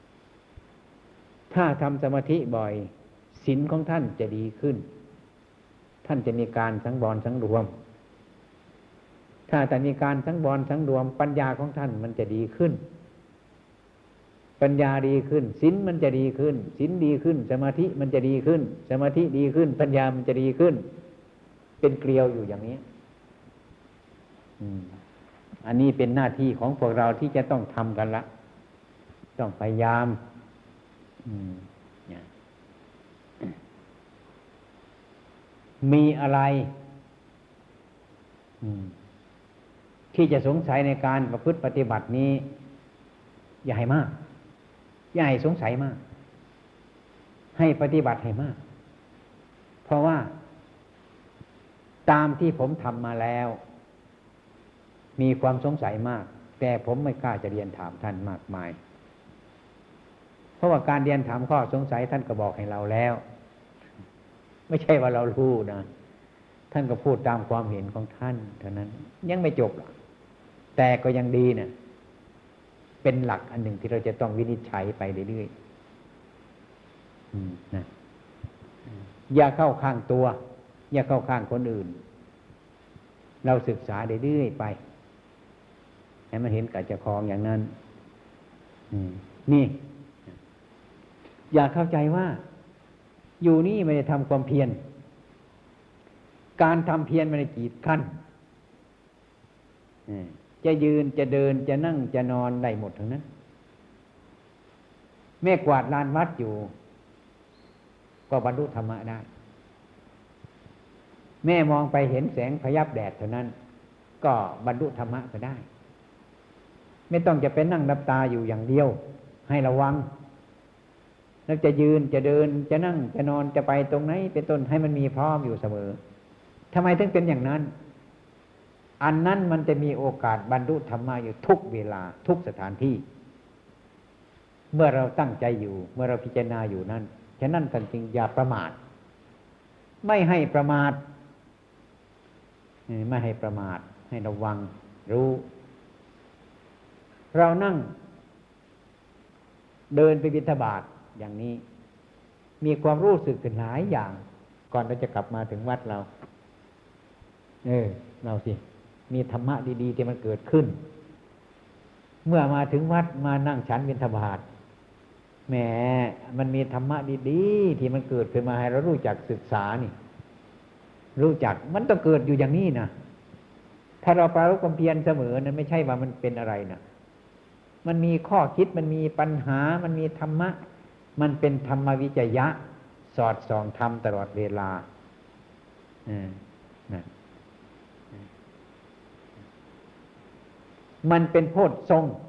ถ้าทำสมาธิบ่อยศีลของท่านจะดีขึ้นท่านจะมีการสังวรสังรวมถ้าแต่มีการสังวรสังรวมปัญญาของท่านมันจะดีขึ้นปัญญาดีขึ้นศีลมันจะดีขึ้นศีลดีขึ้นสมาธิมันจะดีขึ้นสมาธิดีขึ้นปัญญามันจะดีขึ้นเป็นเกลียวอยู่อย่างนี้อันนี้เป็นหน้าที่ของพวกเราที่จะต้องทำกันละต้องพยายามมีอะไรที่จะสงสัยในการประพฤติปฏิบัตินี้อย่าให้มากอย่าให้สงสัยมากให้ปฏิบัติให้มากเพราะว่าตามที่ผมทำมาแล้วมีความสงสัยมากแต่ผมไม่กล้าจะเรียนถามท่านมากมายเพราะว่าการเรียนถามข้อสงสัยท่านก็บอกให้เราแล้วไม่ใช่ว่าเรารู้นะท่านก็พูดตามความเห็นของท่านเท่านั้นยังไม่จบแต่ก็ยังดีนะเป็นหลักอันหนึ่งที่เราจะต้องวินิจฉัยไปเรื่อยๆนะอย่าเข้าข้างตัวอย่าเข้าข้างคนอื่นเราศึกษาเรื่อยๆไปให้มันเห็นกับเจ้าของอย่างนั้นนี่อย่าเข้าใจว่าอยู่นี่ไม่ได้ทำความเพียรการทำเพียรไม่ได้กีดขั้นจะยืนจะเดินจะนั่งจะนอนได้หมดทั้งนั้นแม่กวาดลานวัดอยู่ก็บรรลุธรรมะได้แม่มองไปเห็นแสงพยับแดดเท่านั้นก็บรรลุธรรมะก็ได้ไม่ต้องจะเป็นนั่งรับตาอยู่อย่างเดียวให้ระวังแล้วจะยืนจะเดินจะนั่งจะนอนจะไปตรงไหนเป็นต้นให้มันมีพร้อมอยู่เสมอทำไมถึงเป็นอย่างนั้นอันนั้นมันจะมีโอกาสบรรลุธรรมะอยู่ทุกเวลาทุกสถานที่เมื่อเราตั้งใจอยู่เมื่อเราพิจารณาอยู่นั้นฉะนั้นท่านจึงอย่าประมาทไม่ให้ประมาทไม่ให้ประมาทให้ระวังรู้เรานั่งเดินไปบิณฑบาตอย่างนี้มีความรู้สึกถึงหลายอย่างก่อนเราจะกลับมาถึงวัดเราเออเราสิมีธรรมะดีๆที่มันเกิดขึ้นเมื่อมาถึงวัดมานั่งฉันบิณฑบาตแหมมันมีธรรมะดีๆที่มันเกิดขึ้นมาให้เรารู้จักศึกษานี่รู้จักมันต้องเกิดอยู่อย่างนี้นะถ้าเราปรารภความเพียรเสมอนั้นไม่ใช่ว่ามันเป็นอะไรนะมันมีข้อคิดมันมีปัญหามันมีธรรมะมันเป็นธรรมวิจยะสอดส่องธรรมตลอดเวลาอืมนะมันเป็นโพชฌงค์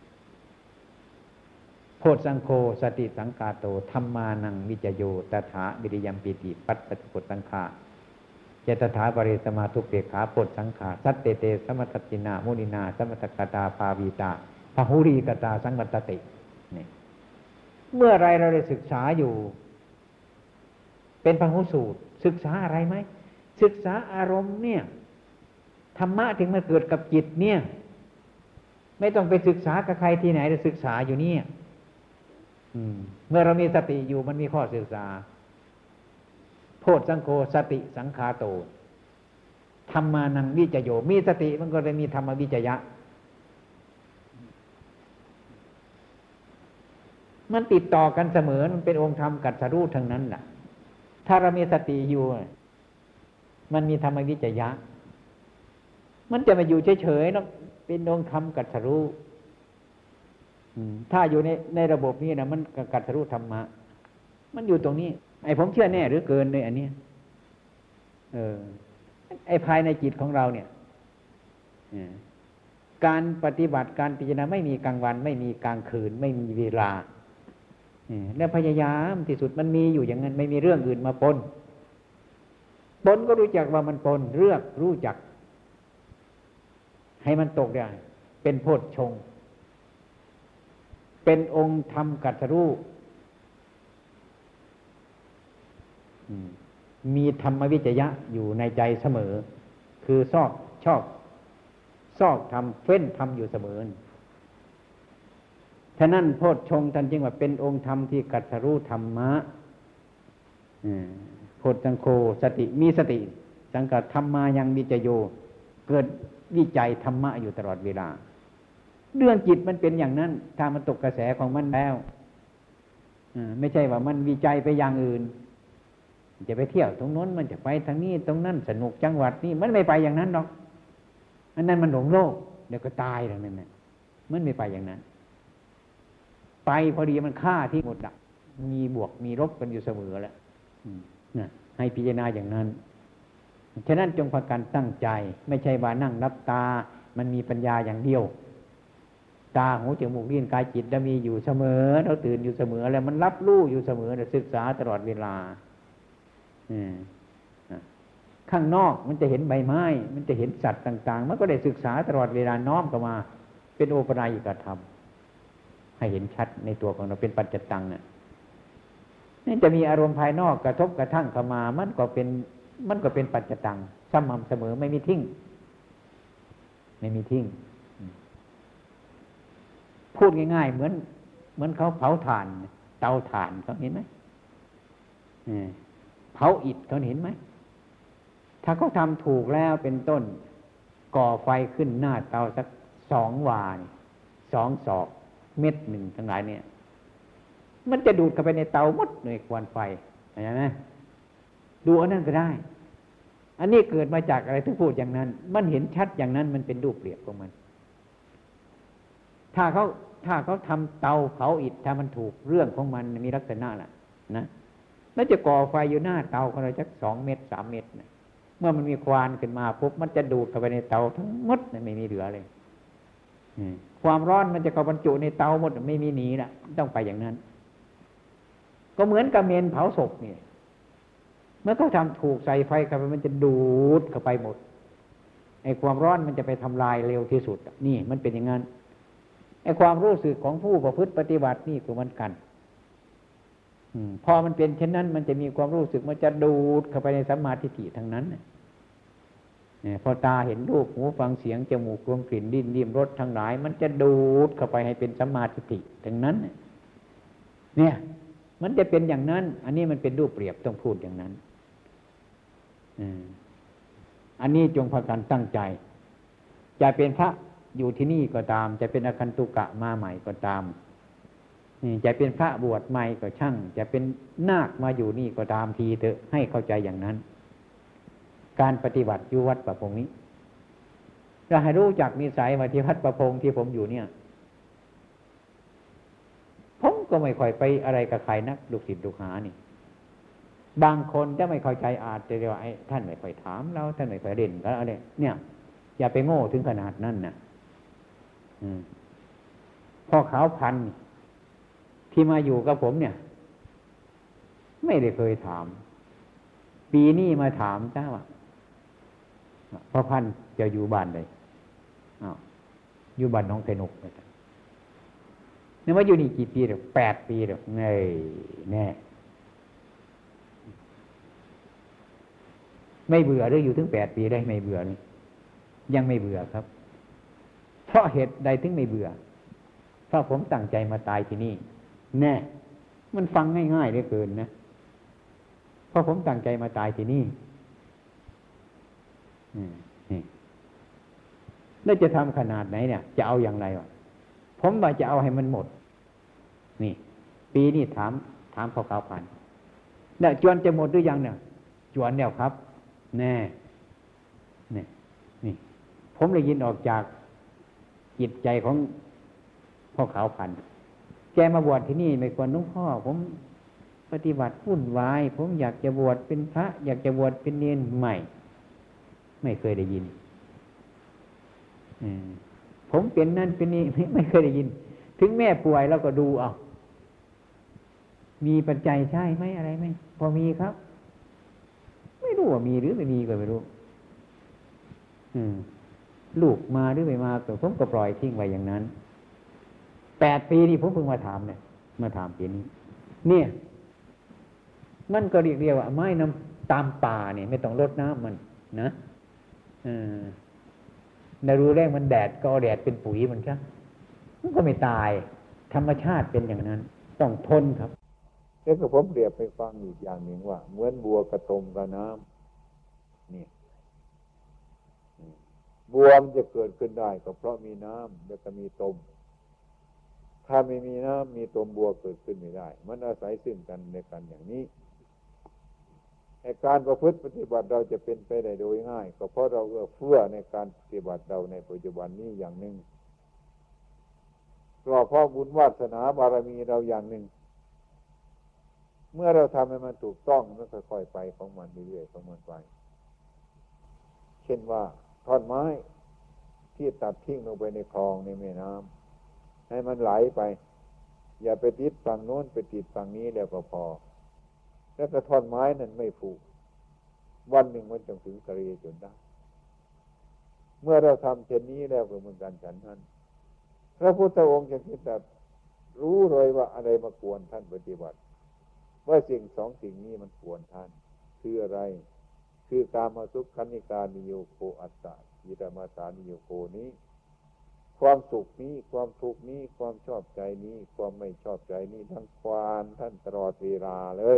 โพชสังโฆสติสังกาโตธัมมานังวิจโยตถาวิริยัมปิติปัสสติโพชสังฆาเจตถาปริสมาทุเปกขาโพชสังฆาสัตเตเตสมัตตินามุนินาสมัตตกตาภาวีตาพหุรีกตาสังวัตตินี่เมื่อไรเราได้ศึกษาอยู่เป็นพหุสูตรศึกษาอะไรไหมศึกษาอารมณ์เนี่ยธรรมะถึงมาเกิดกับจิตเนี่ยไม่ต้องไปศึกษากับใครที่ไหนเราศึกษาอยู่เนี่ยเมื่อเรามีสติอยู่มันมีข้อศึกษาโพชสังโฆสติสังคาโตธัมมานังวิจโยมีสติมันก็เลยมีธรรมวิจยะมันติดต่อกันเสมอมันเป็นองค์ธรรมกัสสรู้ทั้งนั้นแหละถ้าเรามีสติอยู่มันมีธรรมวิจยะมันจะมาอยู่เฉยๆแล้วเป็นองค์ธรรมกัสสรู้ถ้าอยู่ในในระบบนี้นะมันกัสสรู้ธรรมะมันอยู่ตรงนี้ไอ้ผมเชื่อแน่หรือเกินเลยอันนี้เออไอ้ภายในจิตของเราเนี่ยการปฏิบัติการพิจารณาไม่มีกลางวันไม่มีกลางคืนไม่มีเวลาแล้วพยายามที่สุดมันมีอยู่อย่างนั้นไม่มีเรื่องอื่นมาปนปนก็รู้จักว่ามันปนเลือกรู้จักให้มันตกได้เป็นโพชฌงค์เป็นองค์ธรรมกัสสรู้มีธรรมวิจยะอยู่ในใจเสมอคือชอบชอบซอกทำเฟ้นทำอยู่เสมอฉะนั้นโพชฌงค์ท่านจึงว่าเป็นองค์ธรรมที่กัสสรู้ธรรมะโพชสังโฆสติมีสติสังกัดธรรมายังวิจโยเกิดวิจัยธรรมะอยู่ตลอดเวลาเรื่องจิตมันเป็นอย่างนั้นถ้ามันตกกระแสของมันแล้วไม่ใช่ว่ามันวิจัยไปอย่างอื่นจะไปเที่ยวตรงโน้นมันจะไปทางนี้ตรงนั้นสนุกจังหวัดนี้มันไม่ไปอย่างนั้นหรอกอันนั้นมันหลงโลกเดี๋ยวก็ตายแล้วนั่นน่ะมันไม่ไปอย่างนั้นไฟพอดีมันฆ่าที่หมดอ่ะมีบวกมีลบกันอยู่เสมอแล้วนะให้พิจารณาอย่างนั้นฉะนั้นจงพากันตั้งใจไม่ใช่ว่านั่งรับตามันมีปัญญาอย่างเดียวตาหูจมูกลิ้นกายจิตจะมีอยู่เสมอเราตื่นอยู่เสมอแล้วมันรับรู้อยู่เสมอศึกษาตลอดเวลาข้างนอกมันจะเห็นใบไม้มันจะเห็นสัตว์ต่างๆมันก็ได้ศึกษาตลอดเวลาน้อมเข้ามาเป็นโอปนัยิกธรรมให้เห็นชัดในตัวของเราเป็นปัจจตังน่ะนี่จะมีอารมณ์ภายนอกกระทบกระทั่งเข้ามามันก็เป็นมันก็เป็นปัจจตังสม่ำเสมอไม่มีทิ้งไม่มีทิ้งพูดง่ายๆเหมือนเหมือนเขาเผาถ่านเตาถ่านเขาเห็นไหมเผาอิฐเขาเห็นไหมถ้าเขาทำถูกแล้วเป็นต้นก่อไฟขึ้นหน้าเตาสักสองวาสองศอกเม็ดหนึ่งทั้งหลายเนี่ยมันจะดูดเข้าไปในเตาหมดในควันไฟเห็นไหมดูอันนั้นก็ได้อันนี้เกิดมาจากอะไรที่พูดอย่างนั้นมันเห็นชัดอย่างนั้นมันเป็นรูปเปรียบของมันถ้าเขาถ้าเขาทำเตาเผาอิฐถ้ามันถูกเรื่องของมันมีลักษณะน่ะนะแล้วจะก่อไฟอยู่หน้าเตาของเราสักสองเมตรสามเมตรนะเมื่อมันมีควันขึ้นมาปุ๊บมันจะดูดเข้าไปในเตาทั้งหมดไม่มีเหลือเลยความร้อนมันจะเข้าบรรจุในเตาหมดไม่มีหนีละต้องไปอย่างนั้นก็เหมือนกับเมนเผาศพนี่เมื่อเขาทำถูกใส่ไฟเข้าไปมันจะดูดเข้าไปหมดไอ้ความร้อนมันจะไปทำลายเร็วที่สุดนี่มันเป็นอย่างนั้นไอ้ความรู้สึกของผู้ประพฤติปฏิบัตินี่ก็เหมือนกันพอมันเป็นเช่นนั้นมันจะมีความรู้สึกมันจะดูดเข้าไปในสัมมาทิฏฐิทั้งนั้นพอตาเห็นรูปหูฟังเสียงจมูกรวมกลิ่นลิ้นลิ้มรสทั้งหลายมันจะดูดเข้าไปให้เป็นสัมมาทิฏฐิทั้งนั้นเนี่ยมันจะเป็นอย่างนั้นอันนี้มันเป็นรูปเปรียบต้องพูดอย่างนั้นอันนี้จงพากันตั้งใจจะเป็นพระอยู่ที่นี่ก็ตามจะเป็นอคันตุกะมาใหม่ก็ตามจะเป็นพระบวชใหม่ก็ช่างจะเป็นนาคมาอยู่นี่ก็ตามทีเถอะให้เข้าใจอย่างนั้นการปฏิบัติอยู่วัดประพงนี้เราให้รู้จักนิสัยมาที่วัดประพงที่ผมอยู่เนี่ยผมก็ไม่ค่อยไปอะไรกับใครนักลูกศิษย์ลูกหานี่บางคนจะไม่เข้าใจอาจจะเรียกว่าไอ้ท่านไม่ค่อยถามเราท่านไม่ค่อยเด่นก็อะไรเนี่ยอย่าไปโง่ถึงขนาดนั้นนะพ่อขาวพันที่มาอยู่กับผมเนี่ยไม่ได้เคยถามปีนี้มาถามจ้าว่าพ่อพันจะอยู่บ้านใดอ้าวอยู่บ้านน้องไทนุกเนี่ยมาอยู่นี่กี่ปีหรอแปดปีหรอไงแน่ไม่เบื่อหรืออยู่ถึงแปดปีได้ไม่เบื่อนี่ยังไม่เบื่อครับเพราะเหตุใดถึงไม่เบื่อเพราะผมตั้งใจมาตายที่นี่แน่มันฟังง่ายๆเหลือเกินนะเพราะผมตั้งใจมาตายที่นี่นี่แล้วจะทำขนาดไหนเนี่ยจะเอาอย่างไรวะผมว่าจะเอาให้มันหมดนี่ปีนี้ถามถามพ่อเก้าพันเนี่ยจวนจะหมดหรือยังเนี่ยจวนแล้วครับแน่นี่นี่ผมได้ยินออกจากจิตใจของพ่อขาวพันแกมาบวชที่นี่ไม่ควรหลวงพ่อผมปฏิบัติวุ่นวายผมอยากจะบวชเป็นพระอยากจะบวชเป็นเณรใหม่ไม่เคยได้ยินผมเป็นนั่นเป็นนี่ไม่ไม่เคยได้ยินถึงแม่ป่วยเราก็ดูเอามีปัจจัยใช่ไหมอะไรไหมพอมีครับไม่รู้ว่ามีหรือไม่มีก็ไม่รู้ลูกมาหรือไม่มาแต่ผมก็ปล่อยทิ้งไว้อย่างนั้นแปดปีนี่ผมเพิ่งมาถามเนี่ยมาถามปีนี้เนี่ยมันก็เรียกเรียกว่าไม้น้ำตามป่าเนี่ยไม่ต้องรดน้ำมันนะในรู้แรกมันแดดก็เอาแดดเป็นปุ๋ยมันใช่มันก็ไม่ตายธรรมชาติเป็นอย่างนั้นต้องทนครับแล้วก็ผมเปรียบไปฟังอีกอย่างหนึ่งว่าเหมือนบัวกระตมกับน้ำนี่บัวมันจะเกิดขึ้นได้ก็เพราะมีน้ำแล้วก็มีตมถ้าไม่มีน้ำมีตมบัวเกิดขึ้นไม่ได้มันอาศัยซึ่งกันในกันอย่างนี้ในการประพฤติปฏิบัติเราจะเป็นไปได้โดยง่ายก็เพราะเราเอื้อเฟื้อในการปฏิบัติเราในปัจจุบันนี้อย่างหนึ่งก็เพราะบุญวาสนาบารมีเราอย่างหนึ่งเมื่อเราทำให้มันถูกต้องมันค่อยๆไปของมันเรื่อยๆของมันไปเช่นว่าท่อนไม้ที่ตัดทิ้งลงไปในคลองในแม่น้ำให้มันไหลไปอย่าไปติดฝั่งโน้นไปติดฝั่งนี้แล้วก็พอแล้วก็ท่อนไม้นั้นไม่ผูกวันหนึ่งมันจะถึงกระเรจนได้เมื่อเราทำเช่นนี้แล้วก็เหมือนกันฉันนั้นพระพุทธองค์จะคิดแบบรู้เลยว่าอะไรมากวนท่านปฏิบัติว่าสิ่งสองสิ่งนี้มันกวนท่านคืออะไรคือกามสุขขันธิกานิโยโคอัตตาจิตมาสานิโยโคนี้ความสุขนี้ความทุกข์นี้ความชอบใจนี้ความไม่ชอบใจนี้ทั้งควานท่านตลอดเวลาเลย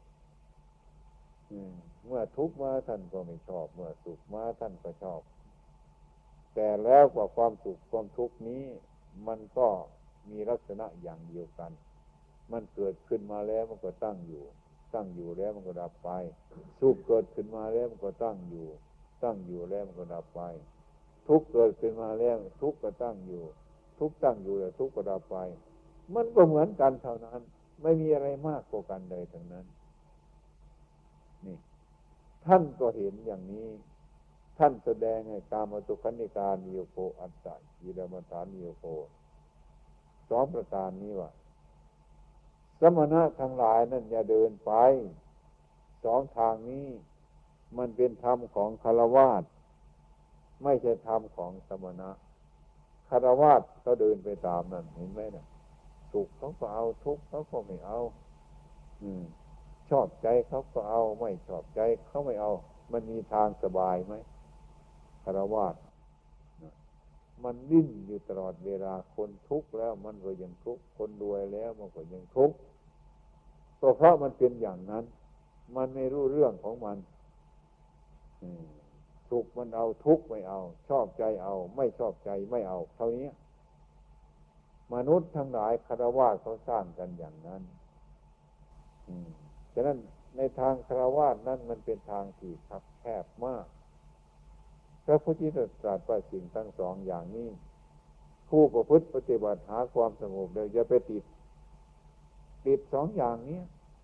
เมื่อทุกข์มาท่านก็ไม่ชอบเมื่อสุขมาท่านก็ชอบแต่แล้วกว่าความสุขความทุกข์นี้มันก็มีลักษณะอย่างเดียวกันมันเกิดขึ้นมาแล้วมันก็ตั้งอยู่ตั้งอยู่แล้วมันก็ดับไปสุขเกิดขึ้นมาแล้วมันก็ตั้งอยู่ตั้งอยู่แล้วมันก็ดับไปทุกข์เกิดขึ้นมาแล้วทุกข์ก็ตั้งอยู่ทุกข์ตั้งอยู่แล้วทุกข์ก็ดับไปมันก็เหมือนกันเท่านั้นไม่มีอะไรมากกว่ากันเลยทั้งนั้นนี่ท่านก็เห็นอย่างนี้ท่านแสดงให้กามสุขันธิกานิโยโคอัตตาจิตมาสานิโยโคสองประการนี้ว่าสมณะทั้งหลายนั่นอย่าเดินไปสองทางนี้มันเป็นธรรมของฆราวาสไม่ใช่ธรรมของสมณะฆราวาสก็เดินไปตามนั่นเห็นไหมนะสุขเขาก็เอาทุกข์เขาก็ไม่เอาอืมชอบใจเขาก็เอาไม่ชอบใจเขาไม่เอามันมีทางสบายไหมฆราวาสมันดิ้นอยู่ตลอดเวลาคนทุกข์แล้วมันก็ยังทุกข์คนรวยแล้วมันก็ยังทุกข์ก็เพราะมันเป็นอย่างนั้นมันไม่รู้เรื่องของมันสุขมันเอาทุกข์ไม่เอาชอบใจเอาไม่ชอบใจไม่เอาเท่านี้มนุษย์ทั้งหลายฆราวาสเขาสร้างกันอย่างนั้นฉะนั้นในทางฆราวาสนั้นมันเป็นทางที่คับแคบมากพระพุทธเจ้าตรัสว่าสิ่งทั้งสองอย่างนี้ผู้ประพฤติปฏิบัติหาความสงบเดี๋ยวอย่าไปติดติดสองอย่างนี้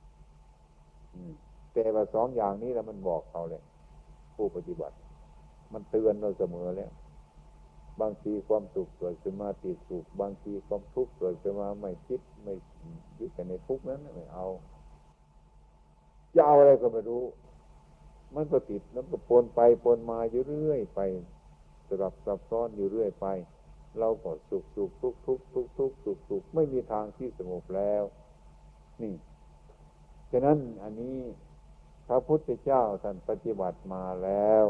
แต่ว่าสองอย่างนี้แล้วมันบอกเขาเลยผู้ปฏิบัติมันเตือนเราเสมอแล้วบางทีความสุขเกิดขึ้นมาติดสุขบางทีความทุกข์เกิดขึ้นมาไม่คิดไม่ยึดแต่ในทุกข์นั้นไม่เอาจะเอาอะไรก็ไม่รู้มันก็ติดแล้วก็ปนไปปนมาอยู่เรื่อยไปสลับซับซ้อนอยู่เรื่อยไปเราก็สุขสุขทุกข์ทุกข์ทุกข์ทุกข์สุขสุขไม่มีทางที่สงบแล้วนี่ฉะนั้นอันนี้พระพุทธเจ้าท่านปฏิบัติมาแล้ว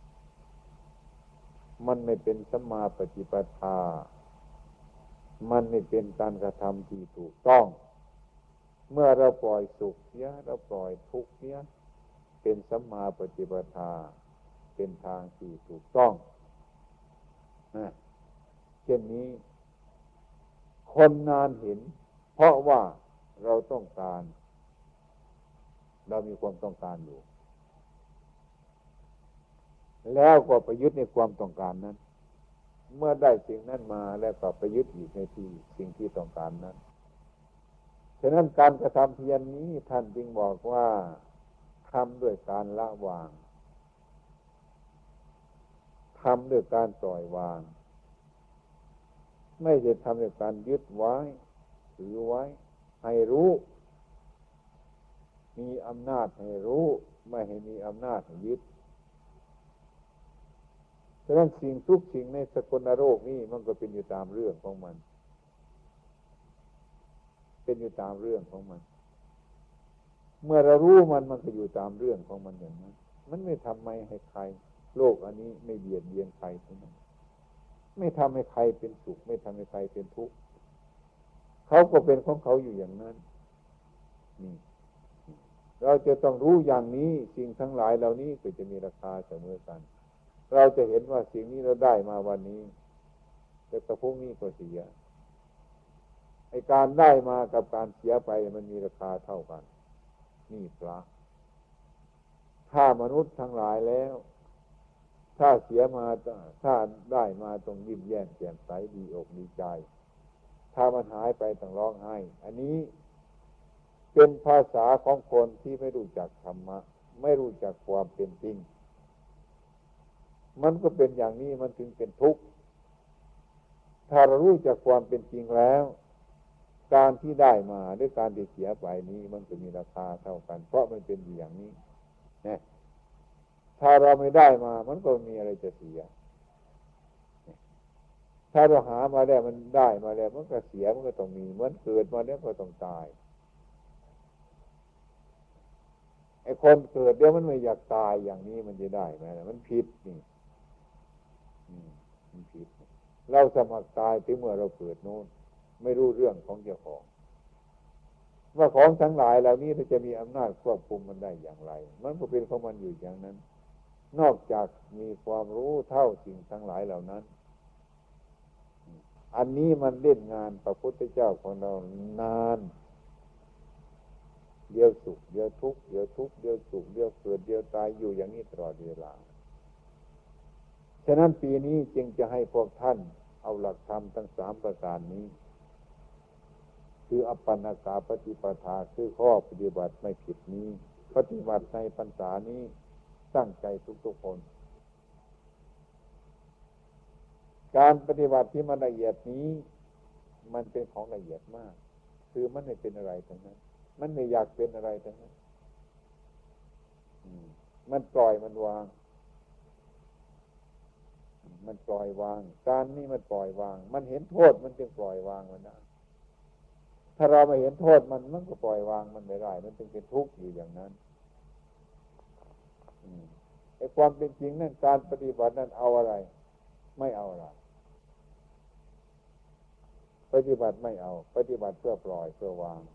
มันไม่เป็นสัมมาปฏิปทามันไม่เป็นการกระทำที่ถูกต้องเมื่อเราปล่อยสุขเสียเราปล่อยทุกข์เสียเป็นสัมมาปฏิปทาเป็นทางที่ถูกต้องนะเช่นนี้คนนานเห็นเพราะว่าเราต้องการเรามีความต้องการอยู่แล้วก็ประยุทธ์ในความต้องการนั้นเมื่อได้สิ่งนั้นมาแล้วก็ประยุทธ์อีกในที่สิ่งที่ต้องการนั้นฉะนั้นการกระทำเพียรนี้ท่านจึงบอกว่าทำด้วยการละวางทำด้วยการปล่อยวางไม่ใช่ทำด้วยการยึดไว้ถือไว้ให้รู้มีอำนาจให้รู้ไม่ให้มีอำนาจให้ยึดฉะนั้นสิ่งทุกสิ่งในสกลโลกนี้มันก็เป็นอยู่ตามเรื่องของมันเป็นอยู่ตามเรื่องของมันเมื่อเรารู้มันมันก็อยู่ตามเรื่องของมันอย่างนั้นมันไม่ทำไม่ให้ใครโลกอันนี้ไม่เบียดเบียนใครทั้งนั้นไม่ทำให้ใครเป็นสุขไม่ทำให้ใครเป็นทุกข์เขาก็เป็นของเขาอยู่อย่างนั้นนี่เราจะต้องรู้อย่างนี้สิ่งทั้งหลายเหล่านี้ก็จะมีราคาเสมอกันเราจะเห็นว่าสิ่งนี้เราได้มาวันนี้แต่กระพรุ่งนี้ก็เสียไอ้การได้มากับการเสียไปมันมีราคาเท่ากันนี่พระถ้ามนุษย์ทั้งหลายแล้วถ้าเสียมาถ้าได้มาต้องยิ้มแย้มแจ่มใสดีอกดีใจทถ้ามันหายไปต้องร้องไห้อันนี้เป็นภาษาของคนที่ไม่รู้จักธรรมะไม่รู้จักความเป็นจริงมันก็เป็นอย่างนี้มันถึงเป็นทุกข์ถ้าเรารู้จักความเป็นจริงแล้วการที่ได้มาหรือการที่เสียไปนี้มันจะมีราคาเท่ากันเพราะมันเป็นอย่างนี้นะถ้าเราไม่ได้มามันก็มีอะไรจะเสียถ้าเราหามาแล้วมันได้มาแล้วมันก็เสียมันก็ต้องมีเหมือนเกิดมาแล้วก็ต้องตายไอ้คนเกิดเดี๋ยวมันไม่อยากตายอย่างนี้มันจะได้ไหมมันผิดนี่มันผิดเราสมัครตายถึงเมื่อเราเกิดโน้นไม่รู้เรื่องของเจ้าของว่าของทั้งหลายเหล่านี้จะมีอำนาจควบคุมมันได้อย่างไรมันก็เป็นของมันอยู่อย่างนั้นนอกจากมีความรู้เท่าสิ่งทั้งหลายเหล่านั้นอันนี้มันเล่นงานพระพุทธเจ้าของเรานานเดี๋ยวสุขเดี๋ยวทุกข์เดี๋ยวทุกข์เดี๋ยวสุขเดี๋ยวเกิดเดี๋ยวตายอยู่อย่างนี้ตลอดเวลาฉะนั้นปีนี้จึงจะให้พวกท่านเอาหลักธรรมทั้งสามประการนี้คืออัปปนากาปฏิปทาคือข้อปฏิบัติไม่ผิดนี้ปฏิบัติในพรรษานี้ตั้งใจทุกๆคนการปฏิบัติที่มันละเอียดนี้มันเป็นของละเอียดมากคือมันไม่เป็นอะไรทั้งนั้นมันไม่อยากเป็นอะไรทั้งนั้นมันปล่อยมันวางมันปล่อยวางการนี้มันปล่อยวางมันเห็นโทษมันจึงปล่อยวางมันได้ถ้าเราไม่เห็นโทษมันมันก็ปล่อยวางมันไม่ได้มันจึงเป็นทุกข์อยู่อย่างนั้นไอ้ความเป็นจริงนั่นการปฏิบัตินั้นเอาอะไรไม่เอาอะไรปฏิบัติไม่เอาปฏิบัติเพื่อปล่อยเพื่อวาง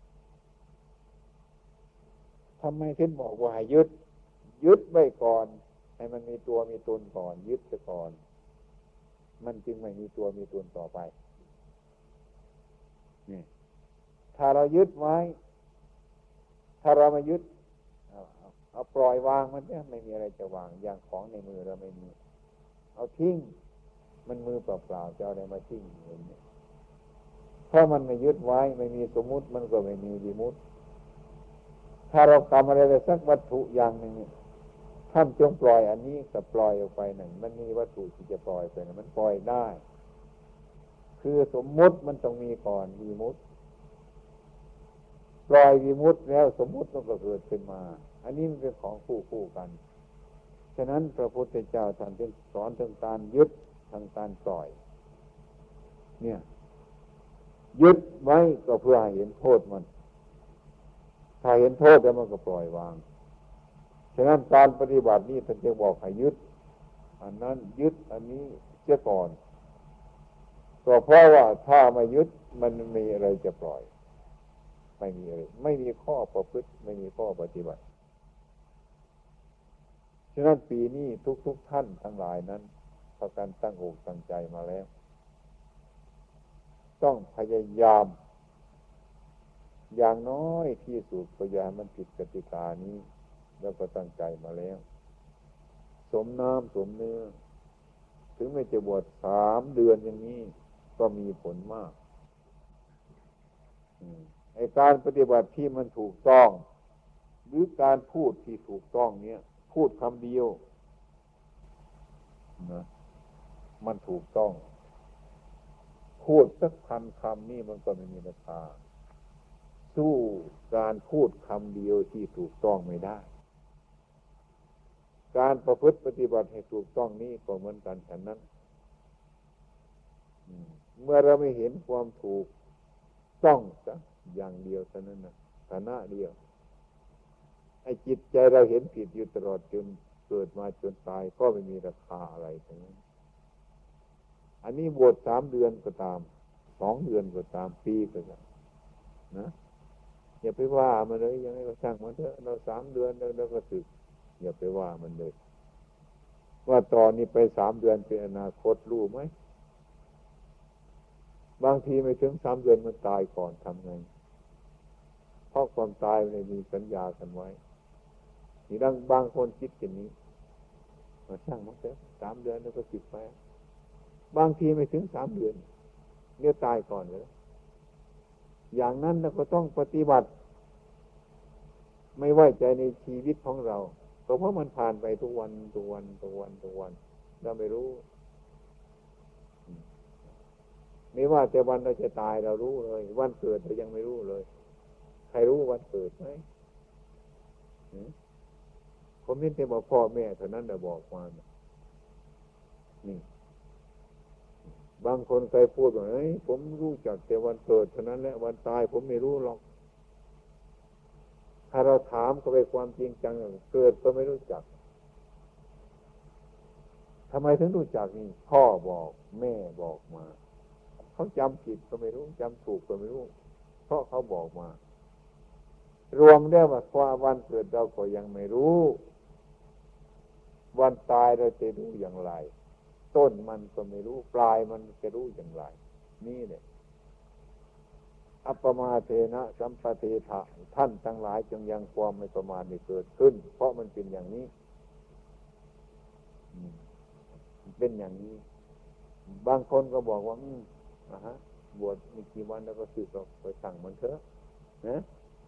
ทำไมถึงบอกว่าให้ยึดยึดไว้ก่อนให้มันมีตัวมีตนก่อนยึดซะก่อนมันจึงไม่มีตัวมีตนต่อไปนี่ถ้าเรายึดไว้ถ้าเราไม่ยึดเอาเอาเอาปล่อยวางมันเนี่ยไม่มีอะไรจะวางอย่างของในมือเราไม่มีเอาทิ้งมันมือเปล่าๆจะเอาอะไรมาทิ้งอย่างนี้เพราะมันไม่ยึดไว้ไม่มีสมมุติมันก็ไม่มีวิมุตติถ้าเราทำอะไรไปสักวัตถุอย่างหนึ่งท่านจงปล่อยอันนี้ก็ปล่อยออกไปหนึ่งมันมีวัตถุที่จะปล่อยไปมันปล่อยได้คือสมมุติมันต้องมีก่อนวิมุตติปล่อยวิมุตติแล้วสมมุติมันก็เกิดขึ้นมาอันนี้มันเป็นของคู่คู่กันฉะนั้นพระพุทธเจ้าท่านจึงสอนถึงการยึดทางการปล่อยเนี่ยยึดไว้ก็เพื่อให้เห็นโทษมันถ้าเห็นโทษแล้วมันก็ปล่อยวางฉะนั้นการปฏิบัตินี้ท่านจะบอกให้ยึดอันนั้นยึดอันนี้เสียก่อนก็เพราะว่าถ้าไม่ยึดมันมีอะไรจะปล่อยไม่มีอะไรไม่มีข้อประพฤติไม่มีข้อปฏิบัติฉะนั้นปีนี้ทุกๆท่านทั้งหลายนั้นพากันตั้งอกตั้งใจมาแล้วต้องพยายามอย่างน้อยที่สุดพยายามมันผิดกติกานี้แล้วก็ตั้งใจมาแล้วสมน้ำสมเนื้อถึงไม่จะบวชสามเดือนอย่างนี้ก็มีผลมากไอ้การปฏิบัติที่มันถูกต้องหรือการพูดที่ถูกต้องเนี่ยพูดคำเดียวนะมันถูกต้องพูดสักพันคำนี่มันก็ไม่มีราคาสู้การพูดคำเดียวที่ถูกต้องไม่ได้การประพฤติปฏิบัติให้ถูกต้องนี่ก็เหมือนกันฉะนั้นเมื่อเราไม่เห็นความถูกต้องสักอย่างเดียวเท่านั้นนะฐานะเดียวไอ้จิตใจเราเห็นผิดอยู่ตลอดจนเกิดมาจนตายก็ไม่มีราคาอะไรทั้งนั้นอันนี้บวชสามเดือนก็ตามสองเดือนก็ตามปีก็ตามนะอย่าไปว่ามันเลยยังไงก็ช่างมันเถอะเราสามเดือนแล้วเราก็สึกอย่าไปว่ามันเลยว่าตอนนี้ไปสามเดือนเป็นอนาคตรู้ไหมบางทีไม่ถึงสามเดือนมันตายก่อนทำไงเพราะความตายมันมีสัญญากันไว้นี่ดังบางคนคิดอย่างนี้มาช่างมันเถอะสามเดือนแล้วก็สึกไปบางทีไม่ถึงสามเดือนเดี๋ยวตายก่อนเลยอย่างนั้นเราก็ต้องปฏิบัติไม่ไว้ใจในชีวิตของเราก็เพราะมันผ่านไปทุกวันทุกวันทุกวันทุกวันเราไม่รู้ไม่ว่าแต่วันเราจะตายเรารู้เลยวันเกิดเรายังไม่รู้เลยใครรู้วันเกิดไหมผมเห็นแต่บอกพ่อแม่เท่านั้นเราบอกมานี่บางคนเคยพูดว่าเฮ้ยผมรู้จักแต่วันเกิดเท่านั้นแหละวันตายผมไม่รู้หรอกถ้าเราถามเขาไปความจริงจังเกิดก็ไม่รู้จักทำไมถึงรู้จักนี่พ่อบอกแม่บอกมาเขาจำผิดก็ไม่รู้จำถูกก็ไม่รู้เพราะเขาบอกมารวมได้ว่าความวันเกิดเราก็ยังไม่รู้วันตายเราจะรู้อย่างไรต้นมันก็ไม่รู้ปลายมันจะรู้อย่างไรนี่แหละอัปปมาเทนะสัมปติทะท่านทั้งหลายจงยังความไม่ประมาทไม่เกิดขึ้นเพราะมันเป็นอย่างนี้เป็นอย่างนี้บางคนก็บอกว่าอ่าฮะบวชมีกี่วันแล้วก็สึกออกไปสั่งมันเถอะนะ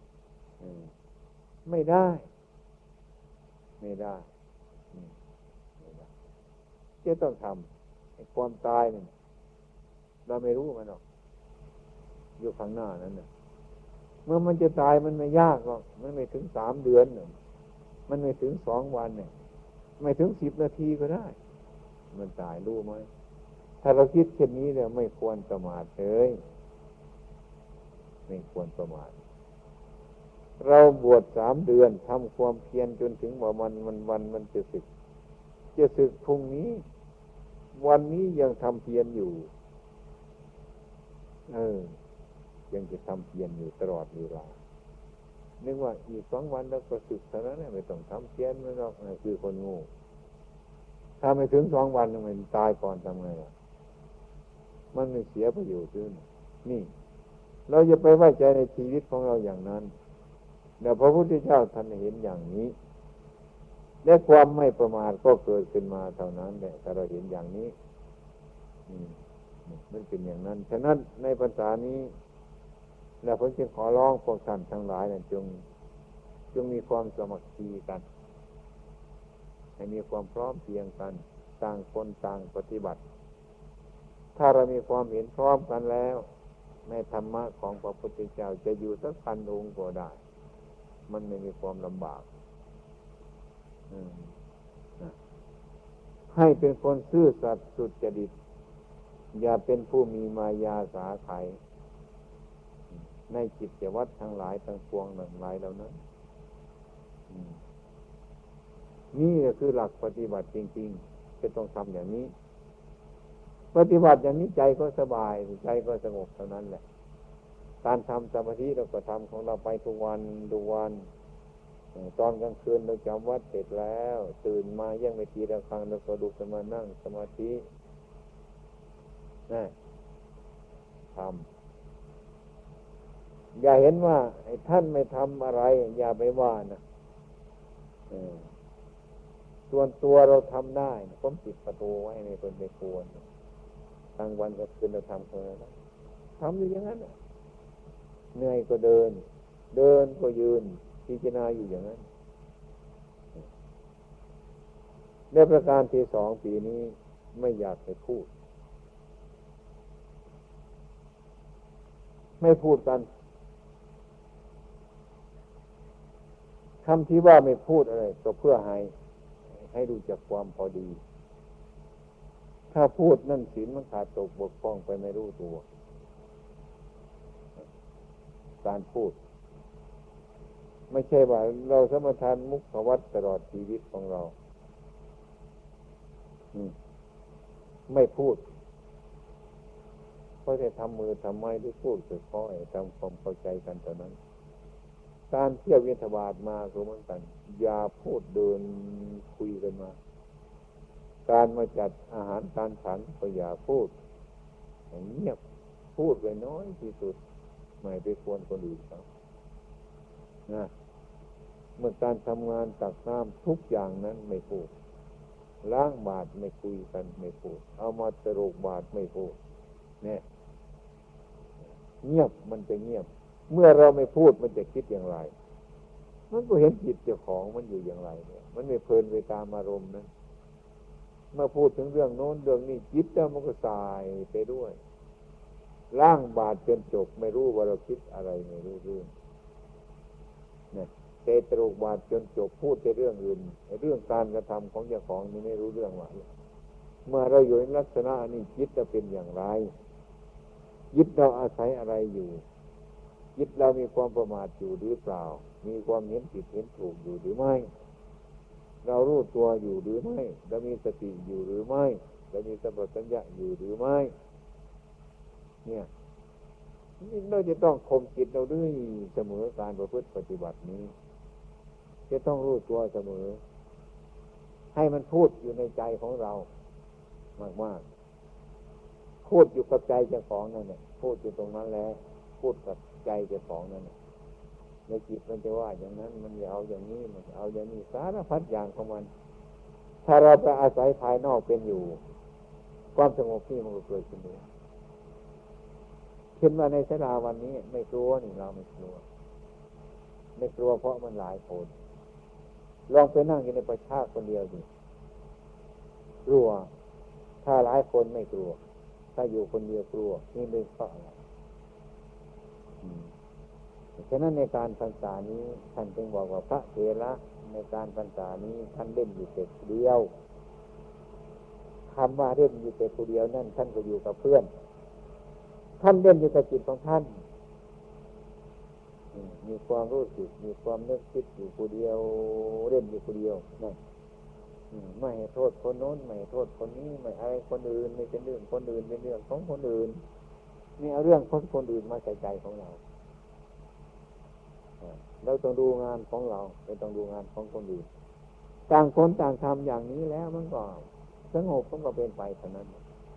ไม่ได้ไม่ได้ไม่ได้จะต้องทำไอ้ความตายนี่เราไม่รู้มันหรอกอยู่ข้างหน้านั้นน่ะเมื่อมันจะตายมันไม่ยากหรอกมันไม่ถึงสามเดือนหนึ่งมันไม่ถึงสองวันเนี่ยไม่ถึงสิบนาทีก็ได้มันตายรู้ไหมถ้าเราคิดเช่นนี้เนี่ยไม่ควรประมาทเลยไม่ควรประมาทเราบวชสามเดือนทำความเพียรจนถึงว่ามันมันวันมันจะสึกจะสึกพรุ่งนี้วันนี้ยังทำเพียรอยู่เออยังจะทำเพียรอยู่ตลอดเวลานึกว่าอีกสองวันแล้วก็สึกเท่านั้นไม่ต้องทำเพียรไม่หรอกคือคนโง่ถ้าไม่ถึงสองวันมันตายก่อนทำไงล่ะมันไม่เสียประโยชน์ด้วยนี่เราจะไปไว้ใจในชีวิตของเราอย่างนั้นแต่พระพุทธเจ้าท่านเห็นอย่างนี้และความไม่ประมาทก็เกิดขึ้นมาเท่านั้นแหละถ้าเราเห็นอย่างนี้มันเป็นอย่างนั้นฉะนั้นในภาษานี้แล้วผมจึงขอร้องพวกท่านทั้งหลายนะจงจงมีความสมัครใจกันให้มีความพร้อมเพรียงกันต่างคนต่างปฏิบัติถ้าเรามีความเห็นพร้อมกันแล้วในธรรมะของพระพุทธเจ้าจะอยู่สักพันองค์ก็ได้มันไม่มีความลำบากให้เป็นคนซื่อสัตย์สุจริตอย่าเป็นผู้มีมายาสาไถในจิตวัฏทั้งหลายทั้งปวงทั้งหลายเหล่านั้นนี่ก็คือหลักปฏิบัติจริงๆจะต้องทำอย่างนี้ปฏิบัติอย่างนี้ใจก็สบายใจก็สงบเท่านั้นแหละการทำสมาธิเราก็ทำของเราไปทุกวันทุกวันตอนกลางคืนเราจำวัดเสร็จแล้วตื่นมายังไม่ทีละครั้งเราก็ลุกขึ้นมานั่งสมาธินะทำอย่าเห็นว่าไอ้ท่านไม่ทำอะไรอย่าไปว่านะส่วนตัวเราทำได้ผมปิดประตูไว้ในคนไม่ควรกลางวันกับคืนเราทำเท่านั้นทำอยู่อย่างนั้นเหนื่อยก็เดินเดินก็ยืนพิจารณาอยู่อย่างนั้นในประการที่สองปีนี้ไม่อยากไปพูดไม่พูดกันคำที่ว่าไม่พูดอะไรก็เพื่อให้ให้รู้จักความพอดีถ้าพูดนั่นศีลมันขาดตกบกพร่องไปไม่รู้ตัวการพูดไม่ใช่ว่าเราสมทานมุขวัฏตลอดชีวิตของเราไม่พูดก็จะทำมือทำไม้หรือพูดคือข้อให้ทำความเข้าใจกันเท่านั้นการเที่ยววินทบาทมาก็เหมือนกันอย่าพูดเดินคุยกันมาการมาจัดอาหารการฉันก็อย่าพูดเงียบพูดไปน้อยที่สุดไม่ไปควรคนอื่นเขานะเมื่อการทำงานตักน้ำทุกอย่างนั้นไม่พูดล้างบาตรไม่คุยกันไม่พูดเอามาตรกบาตรไม่พูดเนี่ยเงียบมันจะเงียบเมื่อเราไม่พูดมันจะคิดอย่างไรมันก็เห็นจิตเจ้าของมันอยู่อย่างไรเนี่ยมันไม่เพลินไปตามอารมณ์นะเมื่อพูดถึงเรื่องโน้นเรื่องนี้จิตแล้วมันก็สายไปด้วยล้างบาตรจนจบไม่รู้ว่าเราคิดอะไรไม่รู้เรื่องเนี่ยเตะตรุกบาตรจนจบพูดแต่เรื่องอื่นเรื่องการกระทำของเจ้าของนี่ไม่รู้เรื่องว่าเมื่อเราอยู่ในลักษณะนี้จิตจะเป็นอย่างไรจิตเราอาศัยอะไรอยู่จิตเรามีความประมาทอยู่หรือเปล่ามีความเห็นผิดเห็นถูกอยู่หรือไม่เรารู้ตัวอยู่หรือไม่เรามีสติอยู่หรือไม่เรามีสัมปชัญญะอยู่หรือไม่เนี่ยเราจะต้องข่มจิตเราด้วยเสมอการประพฤติปฏิบัตินี้จะต้องรู้ตัวเสมอให้มันพูดอยู่ในใจของเรามากๆพูดอยู่กับใจเจ้าของนั่นแหละพูดอยู่ตรงนั้นแล้วพูดกับใจเจ้าของนั่นแหละในจิตมันจะว่าอย่างนั้นมันจะเอาอย่างนี้มันจะเอาอย่างนี้สารพัดอย่างของมันถ้าเราไปอาศัยภายนอกเป็นอยู่ความสงบนี่มันก็เกิดขึ้นเองขึ้นมาในศาลาวันนี้ไม่กลัวนี่เราไม่กลัวไม่กลัวเพราะมันหลายคนลองไปนั่งอยู่ในประชาคนเดียวดิกลัวถ้าหลายคนไม่กลัวถ้าอยู่คนเดียวกลัวนี่เป็นเพราะอะไรฉะนั้นในการพรรษานี้ท่านจึงบอกว่าพระเถระในการพรรษานี้ท่านเล่นอยู่แต่คนเดียวคำว่าเล่นอยู่แต่คนเดียวนั่นท่านก็อยู่กับเพื่อนท่านเล่นอยู่กับจิตของท่านมีความรู้สึกมีความนึกคิดอยู่คนเดียวเล่นอยู่คนเดียวนั่นไม่ให้โทษคนโน้นไม่ให้โทษคนนี้ไม่อะไรคนอื่นไม่เป็นเรื่องคนอื่นเป็นเรื่องของคนอื่นนี่เอาเรื่องของคนอื่นมาใส่ใจของเราเราต้องดูงานของเราไม่ต้องดูงานของคนอื่นต่างคนต่างทำอย่างนี้แล้วมันก็สงบมันก็เป็นไปเท่านั้น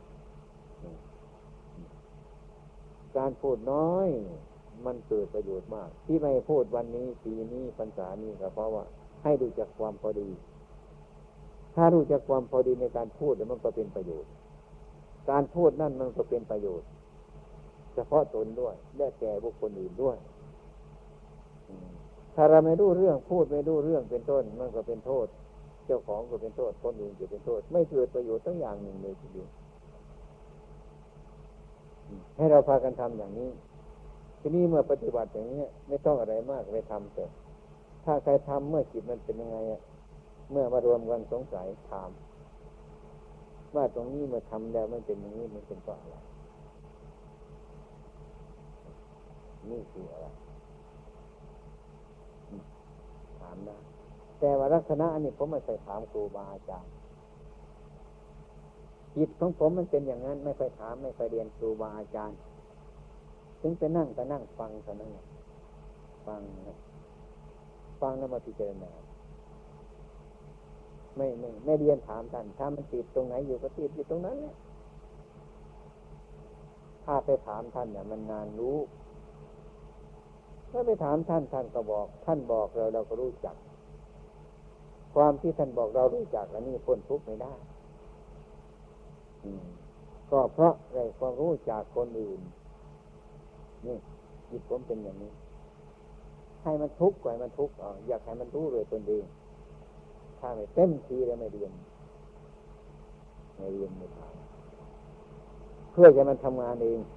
การพูดน้อยมันเกิดประโยชน์มากที่ไม่พูดวันนี้ปีนี้พรรษานี้ก็เพราะว่าให้รู้จักความพอดีถ้ารู้จักความพอดีในการพูดแล้วมันก็เป็นประโยชน์การพูดนั่นมันก็เป็นประโยชน์เฉพาะตนด้วยและแก่บุคคลอื่นด้วยถ้าเราไม่รู้เรื่องพูดไม่รู้เรื่องเป็นต้นมันก็เป็นโทษเจ้าของก็เป็นโทษคนอื่นก็เป็นโทษไม่เกิดประโยชน์ทั้งอย่างหนึ่งเลยทีเดียวให้เราพากันทำอย่างนี้ทีนี้เมื่อปฏิบัติอย่างนี้ไม่ต้องอะไรมากไปทำแต่ถ้าใครทำเมื่อจิตมันเป็นยังไงเมื่อมารวมกันสงสัยถามว่าตรงนี้เมื่อทำแล้วมันเป็นอย่างนี้มันเป็นเพราะอะไรนี่คืออะไรถามได้แต่ว่าลักษณะนี้ผมไม่เคยถามครูบาอาจารย์จิตของผมมันเป็นอย่างนั้นไม่เคยถามไม่เคยเรียนครูบาอาจารย์ถึงไปนั่งก็นั่งฟังเท่านั้นฟังนะฟังแล้วมาพิจารณาไม่ไม่ไม่เรียนถามท่านถ้ามันติดตรงไหนอยู่ก็ติดอยู่ตรงนั้นแหละถ้าไปถามท่านเนี่ยมันนานรู้ถ้าไปถามท่านท่านก็บอกท่านบอกเราเราก็รู้จักความที่ท่านบอกเรารู้จักอันนี้พ้นทุกข์ไม่ได้ก็เพราะได้ความรู้จากคนอื่นนี่จิตผมเป็นอย่างนี้ให้มันทุกข์กว่ามันทุกข์อ๋ออยากให้มันรู้เลยตนเองถ้าไม่เต็มทีแล้วไม่เรียนไม่เรียนไม่ทำเพื่อจะมันทำงานเอง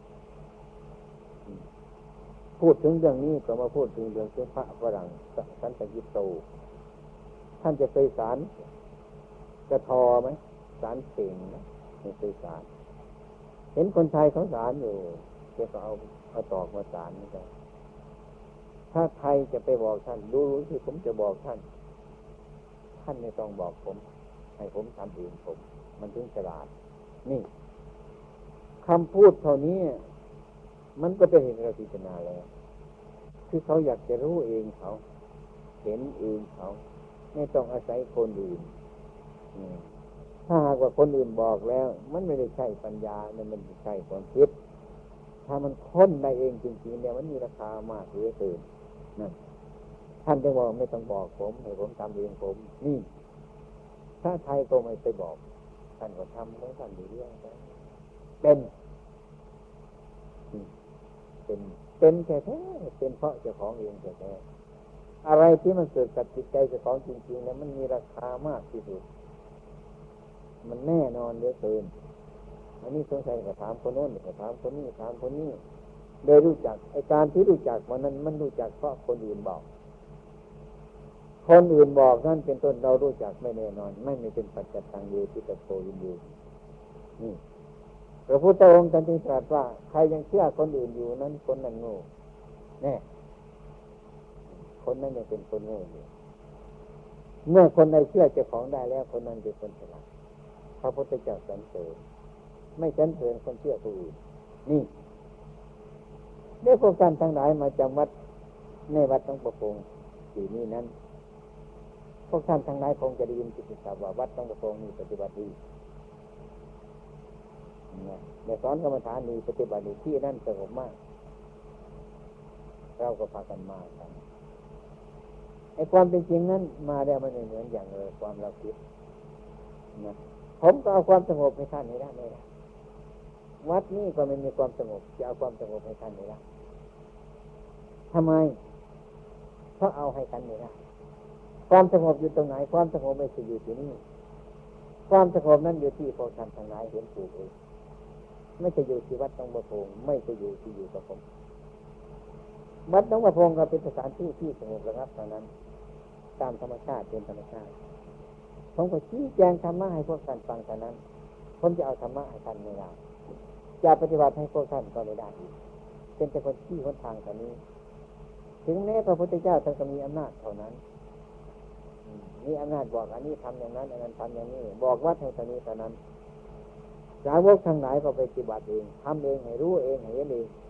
พูดถึงเรื่องนี้ก็มาพูดถึงเรื่องเจ้าพระฝรั่งสันตกิโตท่านจะไปสารกระทอไหมสารเก่งนะไม่ไปสารเห็นคนไทยเขาสารอยู่แกก็เอาเอาตอกมาสารนี่กันถ้าไทยจะไปบอกท่านรู้ที่ผมจะบอกท่านท่านไม่ต้องบอกผมให้ผมทำเองผมมันถึงฉลาดนี่คำพูดเท่านี้มันก็เป็นเห็นเราพิจารณาแล้วคือเขาอยากจะรู้เองเขาเห็นเองเขาไม่ต้องอาศัยคนอื่นถ้าหากว่าคนอื่นบอกแล้วมันไม่ได้ใช่ปัญญามันมันใช่ความคิดถ้ามันค้นได้เองจริงๆเนี่ยมันมีราคามากเหลือเกินนั่นท่านจะบอกไม่ต้องบอกผมให้ผมทำเองผมนี่ถ้าไทยก็ไม่ไปบอกท่านก็ทำแล้วท่านอยู่เรื่องเป็นเป็นเป็นแท้ๆเป็นเพราะเจ้าของเองแท้ๆอะไรที่มันเกิดกับจิตใจเจ้าของจริงๆแล้วมันมีราคามากที่สุดมันแน่นอนเหลือเกินอันนี้สงสัยก็ถามคนโน้นก็ถามคนนี้ถามคนนี้โดยรู้จักไอ้การที่รู้จักมันนั้นมันรู้จักเพราะคนอื่นบอกคนอื่นบอกนั่นเป็นต้นเรารู้จักไม่แน่นอนไม่มีเป็นปัจจัตตังเยติตโตวินยูนี่พระพุทธองค์จึงตรัสว่าใครยังเชื่อคนอื่นอยู่นั้นคนนั้นโง่แน่คนนั้นยังเป็นคนโง่อยู่เมื่อคนใดเชื่อเจ้าของได้แล้วคนนั้นเป็นคนฉลาดพระพุทธเจ้าสรรเสริญไม่สรรเสริญคนเชื่อผู้อื่นนี่ได้พวกท่านทั้งหลายมาจำวัดในวัดหลวงปู่คงที่นี่นั้นพวกท่านทั้งหลายคงจะได้ยินกิตติศัพท์ว่าวัดหลวงปู่คงมีปฏิบัติดีในสอนกรรมฐานดีปฏิบัติดีที่นั่นสงบมากเราก็พากันมากันไอ้ความเป็นจริงนั้นมาแล้วมันไม่เหมือนอย่างเลยความเราคิดนะผมก็เอาความสงบให้ท่านให้ได้ไม่ได้วัดนี้ก็ไม่มีความสงบจะเอาความสงบให้ท่านไม่ได้ทำไมเพราะเอาให้ท่านไม่ได้ความสงบอยู่ตรงไหนความสงบไม่ใช่อยู่ที่นี่ความสงบนั้นอยู่ที่พวกท่านทั้งหลายเห็นถูกเองไม่จะอยู่ที่วัดหลวงปู่คงไม่จะอยู่ที่อยู่กับผมวัดหลวงปู่คงก็เป็นสถานที่ที่สงบระงับเท่านั้นตามธรรมชาติเป็นธรรมชาติผมก็ชี้แจงธรรมะให้พวกท่านฟังเท่านั้นผมจะเอาธรรมะให้ท่านไม่ได้จะปฏิบัติให้พวกท่านก็ไม่ได้อีกเป็นแต่คนชี้คนทางเท่านี้ถึงแม้พระพุทธเจ้าท่านก็มีอำนาจเท่านั้นมีอำนาจบอกอันนี้ทำอย่างนั้นอันนั้นทำอย่างนี้บอกวัดให้เท่านี้เท่านั้นสาวกทั้งหลายก็ไปปฏิบัติเองทำเองให้รู้เองให้เห็นเอง